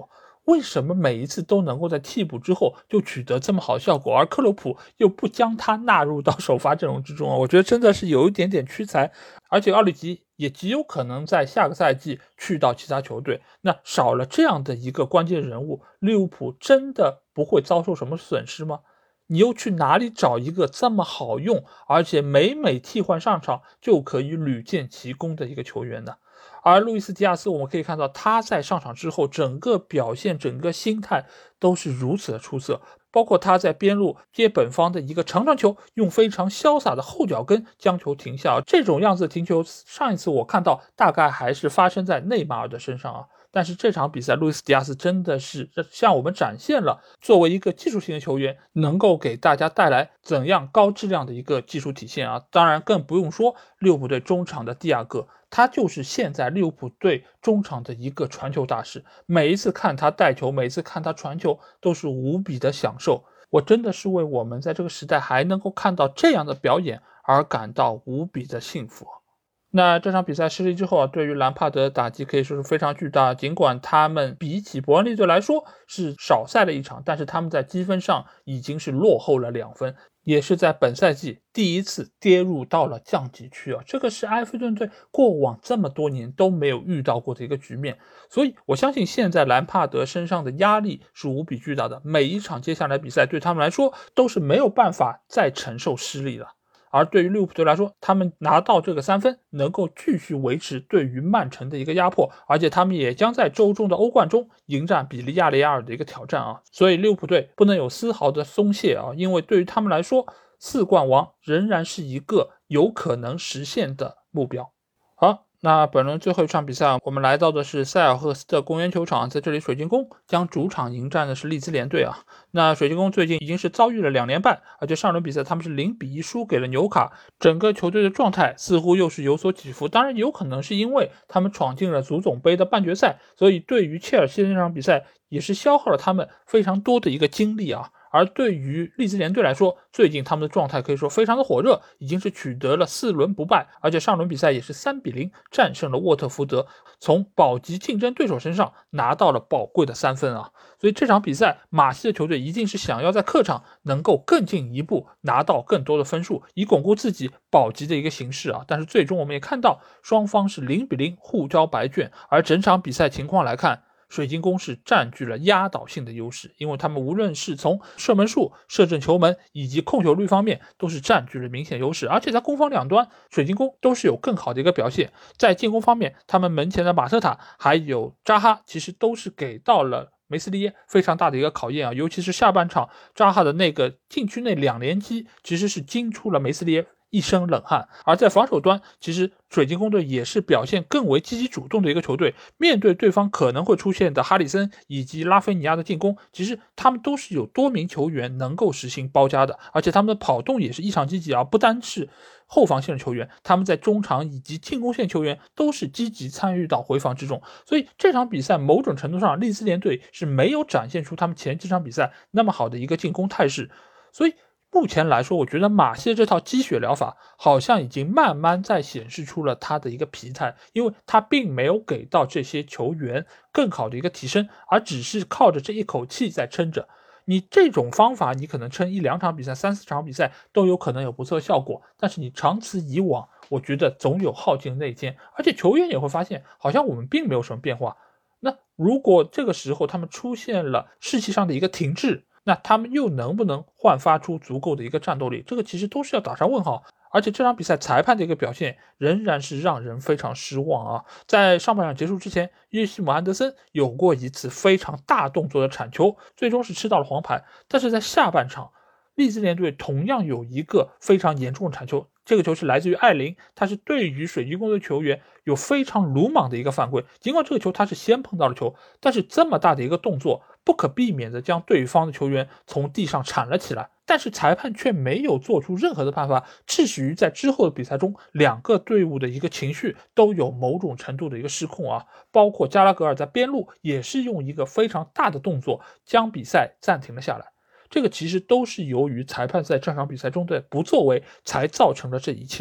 为什么每一次都能够在替补之后就取得这么好的效果，而克洛普又不将他纳入到首发阵容之中啊？我觉得真的是有一点点屈才，而且奥里吉也极有可能在下个赛季去到其他球队，那少了这样的一个关键人物，利物浦真的不会遭受什么损失吗？你又去哪里找一个这么好用，而且每每替换上场就可以屡建奇功的一个球员呢？而路易斯迪亚斯，我们可以看到他在上场之后，整个表现、整个心态都是如此的出色，包括他在边路接本方的一个长传球，用非常潇洒的后脚跟将球停下，这种样子的停球，上一次我看到大概还是发生在内马尔的身上啊。但是这场比赛，路易斯迪亚斯真的是向我们展现了作为一个技术型的球员能够给大家带来怎样高质量的一个技术体现啊！当然更不用说利物浦队中场的蒂亚戈，他就是现在利物浦队中场的一个传球大师，每一次看他带球，每一次看他传球都是无比的享受。我真的是为我们在这个时代还能够看到这样的表演而感到无比的幸福。那这场比赛失利之后啊，对于兰帕德的打击可以说是非常巨大，尽管他们比起伯恩利队来说是少赛了一场，但是他们在积分上已经是落后了两分，也是在本赛季第一次跌入到了降级区啊，这个是埃弗顿队过往这么多年都没有遇到过的一个局面，所以我相信现在兰帕德身上的压力是无比巨大的，每一场接下来比赛对他们来说都是没有办法再承受失利了。而对于利物浦队来说，他们拿到这个三分能够继续维持对于曼城的一个压迫，而且他们也将在周中的欧冠中迎战比利亚雷亚尔的一个挑战啊，所以利物浦队不能有丝毫的松懈啊，因为对于他们来说，四冠王仍然是一个有可能实现的目标。好，那本轮最后一场比赛，我们来到的是塞尔赫斯特公园球场，在这里水晶宫将主场迎战的是利兹联队啊。那水晶宫最近已经是遭遇了两连败，而且上轮比赛他们是零比一输给了纽卡，整个球队的状态似乎又是有所起伏。当然有可能是因为他们闯进了足总杯的半决赛，所以对于切尔西的那场比赛也是消耗了他们非常多的一个精力啊。而对于利兹联队来说，最近他们的状态可以说非常的火热，已经是取得了四轮不败，而且上轮比赛也是三比零战胜了沃特福德，从保级竞争对手身上拿到了宝贵的三分啊！所以这场比赛马西的球队一定是想要在客场能够更进一步拿到更多的分数，以巩固自己保级的一个形势啊！但是最终我们也看到双方是零比零互交白卷，而整场比赛情况来看，水晶宫是占据了压倒性的优势，因为他们无论是从射门数、射正球门以及控球率方面都是占据了明显优势，而且在攻防两端水晶宫都是有更好的一个表现。在进攻方面，他们门前的马特塔还有扎哈其实都是给到了梅斯利耶非常大的一个考验啊，尤其是下半场扎哈的那个禁区内两连击其实是惊出了梅斯利耶一身冷汗。而在防守端，其实水晶宫队也是表现更为积极主动的一个球队，面对对方可能会出现的哈里森以及拉菲尼亚的进攻，其实他们都是有多名球员能够实行包夹的，而且他们的跑动也是异常积极啊，不单是后防线的球员，他们在中场以及进攻线球员都是积极参与到回防之中，所以这场比赛某种程度上利兹联队是没有展现出他们前几场比赛那么好的一个进攻态势，所以目前来说，我觉得马西的这套积雪疗法好像已经慢慢在显示出了他的一个疲态，因为他并没有给到这些球员更好的一个提升，而只是靠着这一口气在撑着。你这种方法，你可能撑一两场比赛、三四场比赛都有可能有不错效果，但是你长此以往，我觉得总有耗尽内奸，而且球员也会发现，好像我们并没有什么变化。那如果这个时候他们出现了士气上的一个停滞，那他们又能不能焕发出足够的一个战斗力？这个其实都是要打上问号。而且这场比赛裁判的一个表现仍然是让人非常失望啊！在上半场结束之前，约西姆·安德森有过一次非常大动作的铲球，最终是吃到了黄牌。但是在下半场，利兹联队同样有一个非常严重的铲球，这个球是来自于艾琳，他是对于水晶宫的球员有非常鲁莽的一个犯规。尽管这个球他是先碰到了球，但是这么大的一个动作不可避免的将对方的球员从地上铲了起来，但是裁判却没有做出任何的判罚，致使于在之后的比赛中，两个队伍的一个情绪都有某种程度的一个失控啊，包括加拉格尔在边路也是用一个非常大的动作将比赛暂停了下来。这个其实都是由于裁判在这场比赛中的不作为才造成了这一切。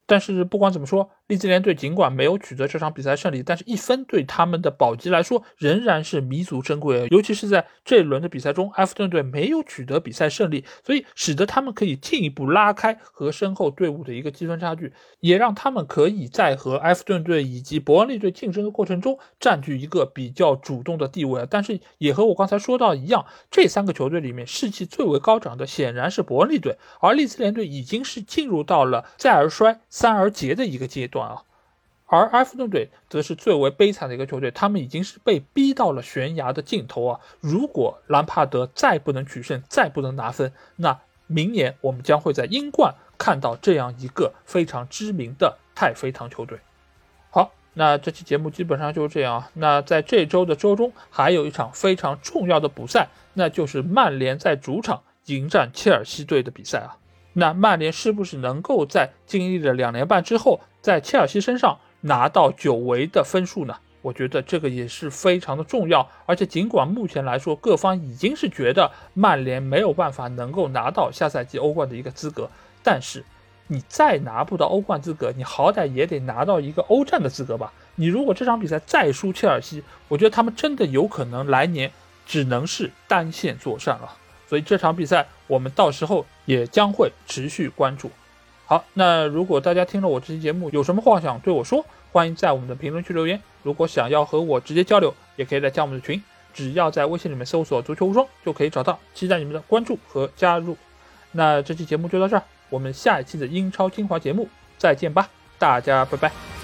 但是不管怎么说，利兹联队尽管没有取得这场比赛胜利，但是一分对他们的保级来说仍然是弥足珍贵，尤其是在这一轮的比赛中，埃弗顿队没有取得比赛胜利，所以使得他们可以进一步拉开和身后队伍的一个积分差距，也让他们可以在和埃弗顿队以及伯恩利队竞争的过程中占据一个比较主动的地位。但是也和我刚才说到一样，这三个球队里面士气最为高涨的显然是伯恩利队，而利兹联队已经是进入到了再而衰三而竭的一个阶段啊。而埃弗顿队则是最为悲惨的一个球队，他们已经是被逼到了悬崖的尽头啊！如果兰帕德再不能取胜，再不能拿分，那明年我们将会在英冠看到这样一个非常知名的太妃糖球队。好，那这期节目基本上就是这样啊。那在这周的周中还有一场非常重要的补赛，那就是曼联在主场迎战切尔西队的比赛啊。那曼联是不是能够在经历了两年半之后，在切尔西身上拿到久违的分数呢？我觉得这个也是非常的重要，而且尽管目前来说各方已经是觉得曼联没有办法能够拿到下赛季欧冠的一个资格，但是你再拿不到欧冠资格，你好歹也得拿到一个欧战的资格吧。你如果这场比赛再输切尔西，我觉得他们真的有可能来年只能是单线作战了。所以这场比赛我们到时候也将会持续关注。好，那如果大家听了我这期节目有什么话想对我说，欢迎在我们的评论区留言。如果想要和我直接交流，也可以来加我们的群，只要在微信里面搜索足球无双就可以找到，期待你们的关注和加入。那这期节目就到这儿，我们下一期的英超精华节目再见吧，大家拜拜。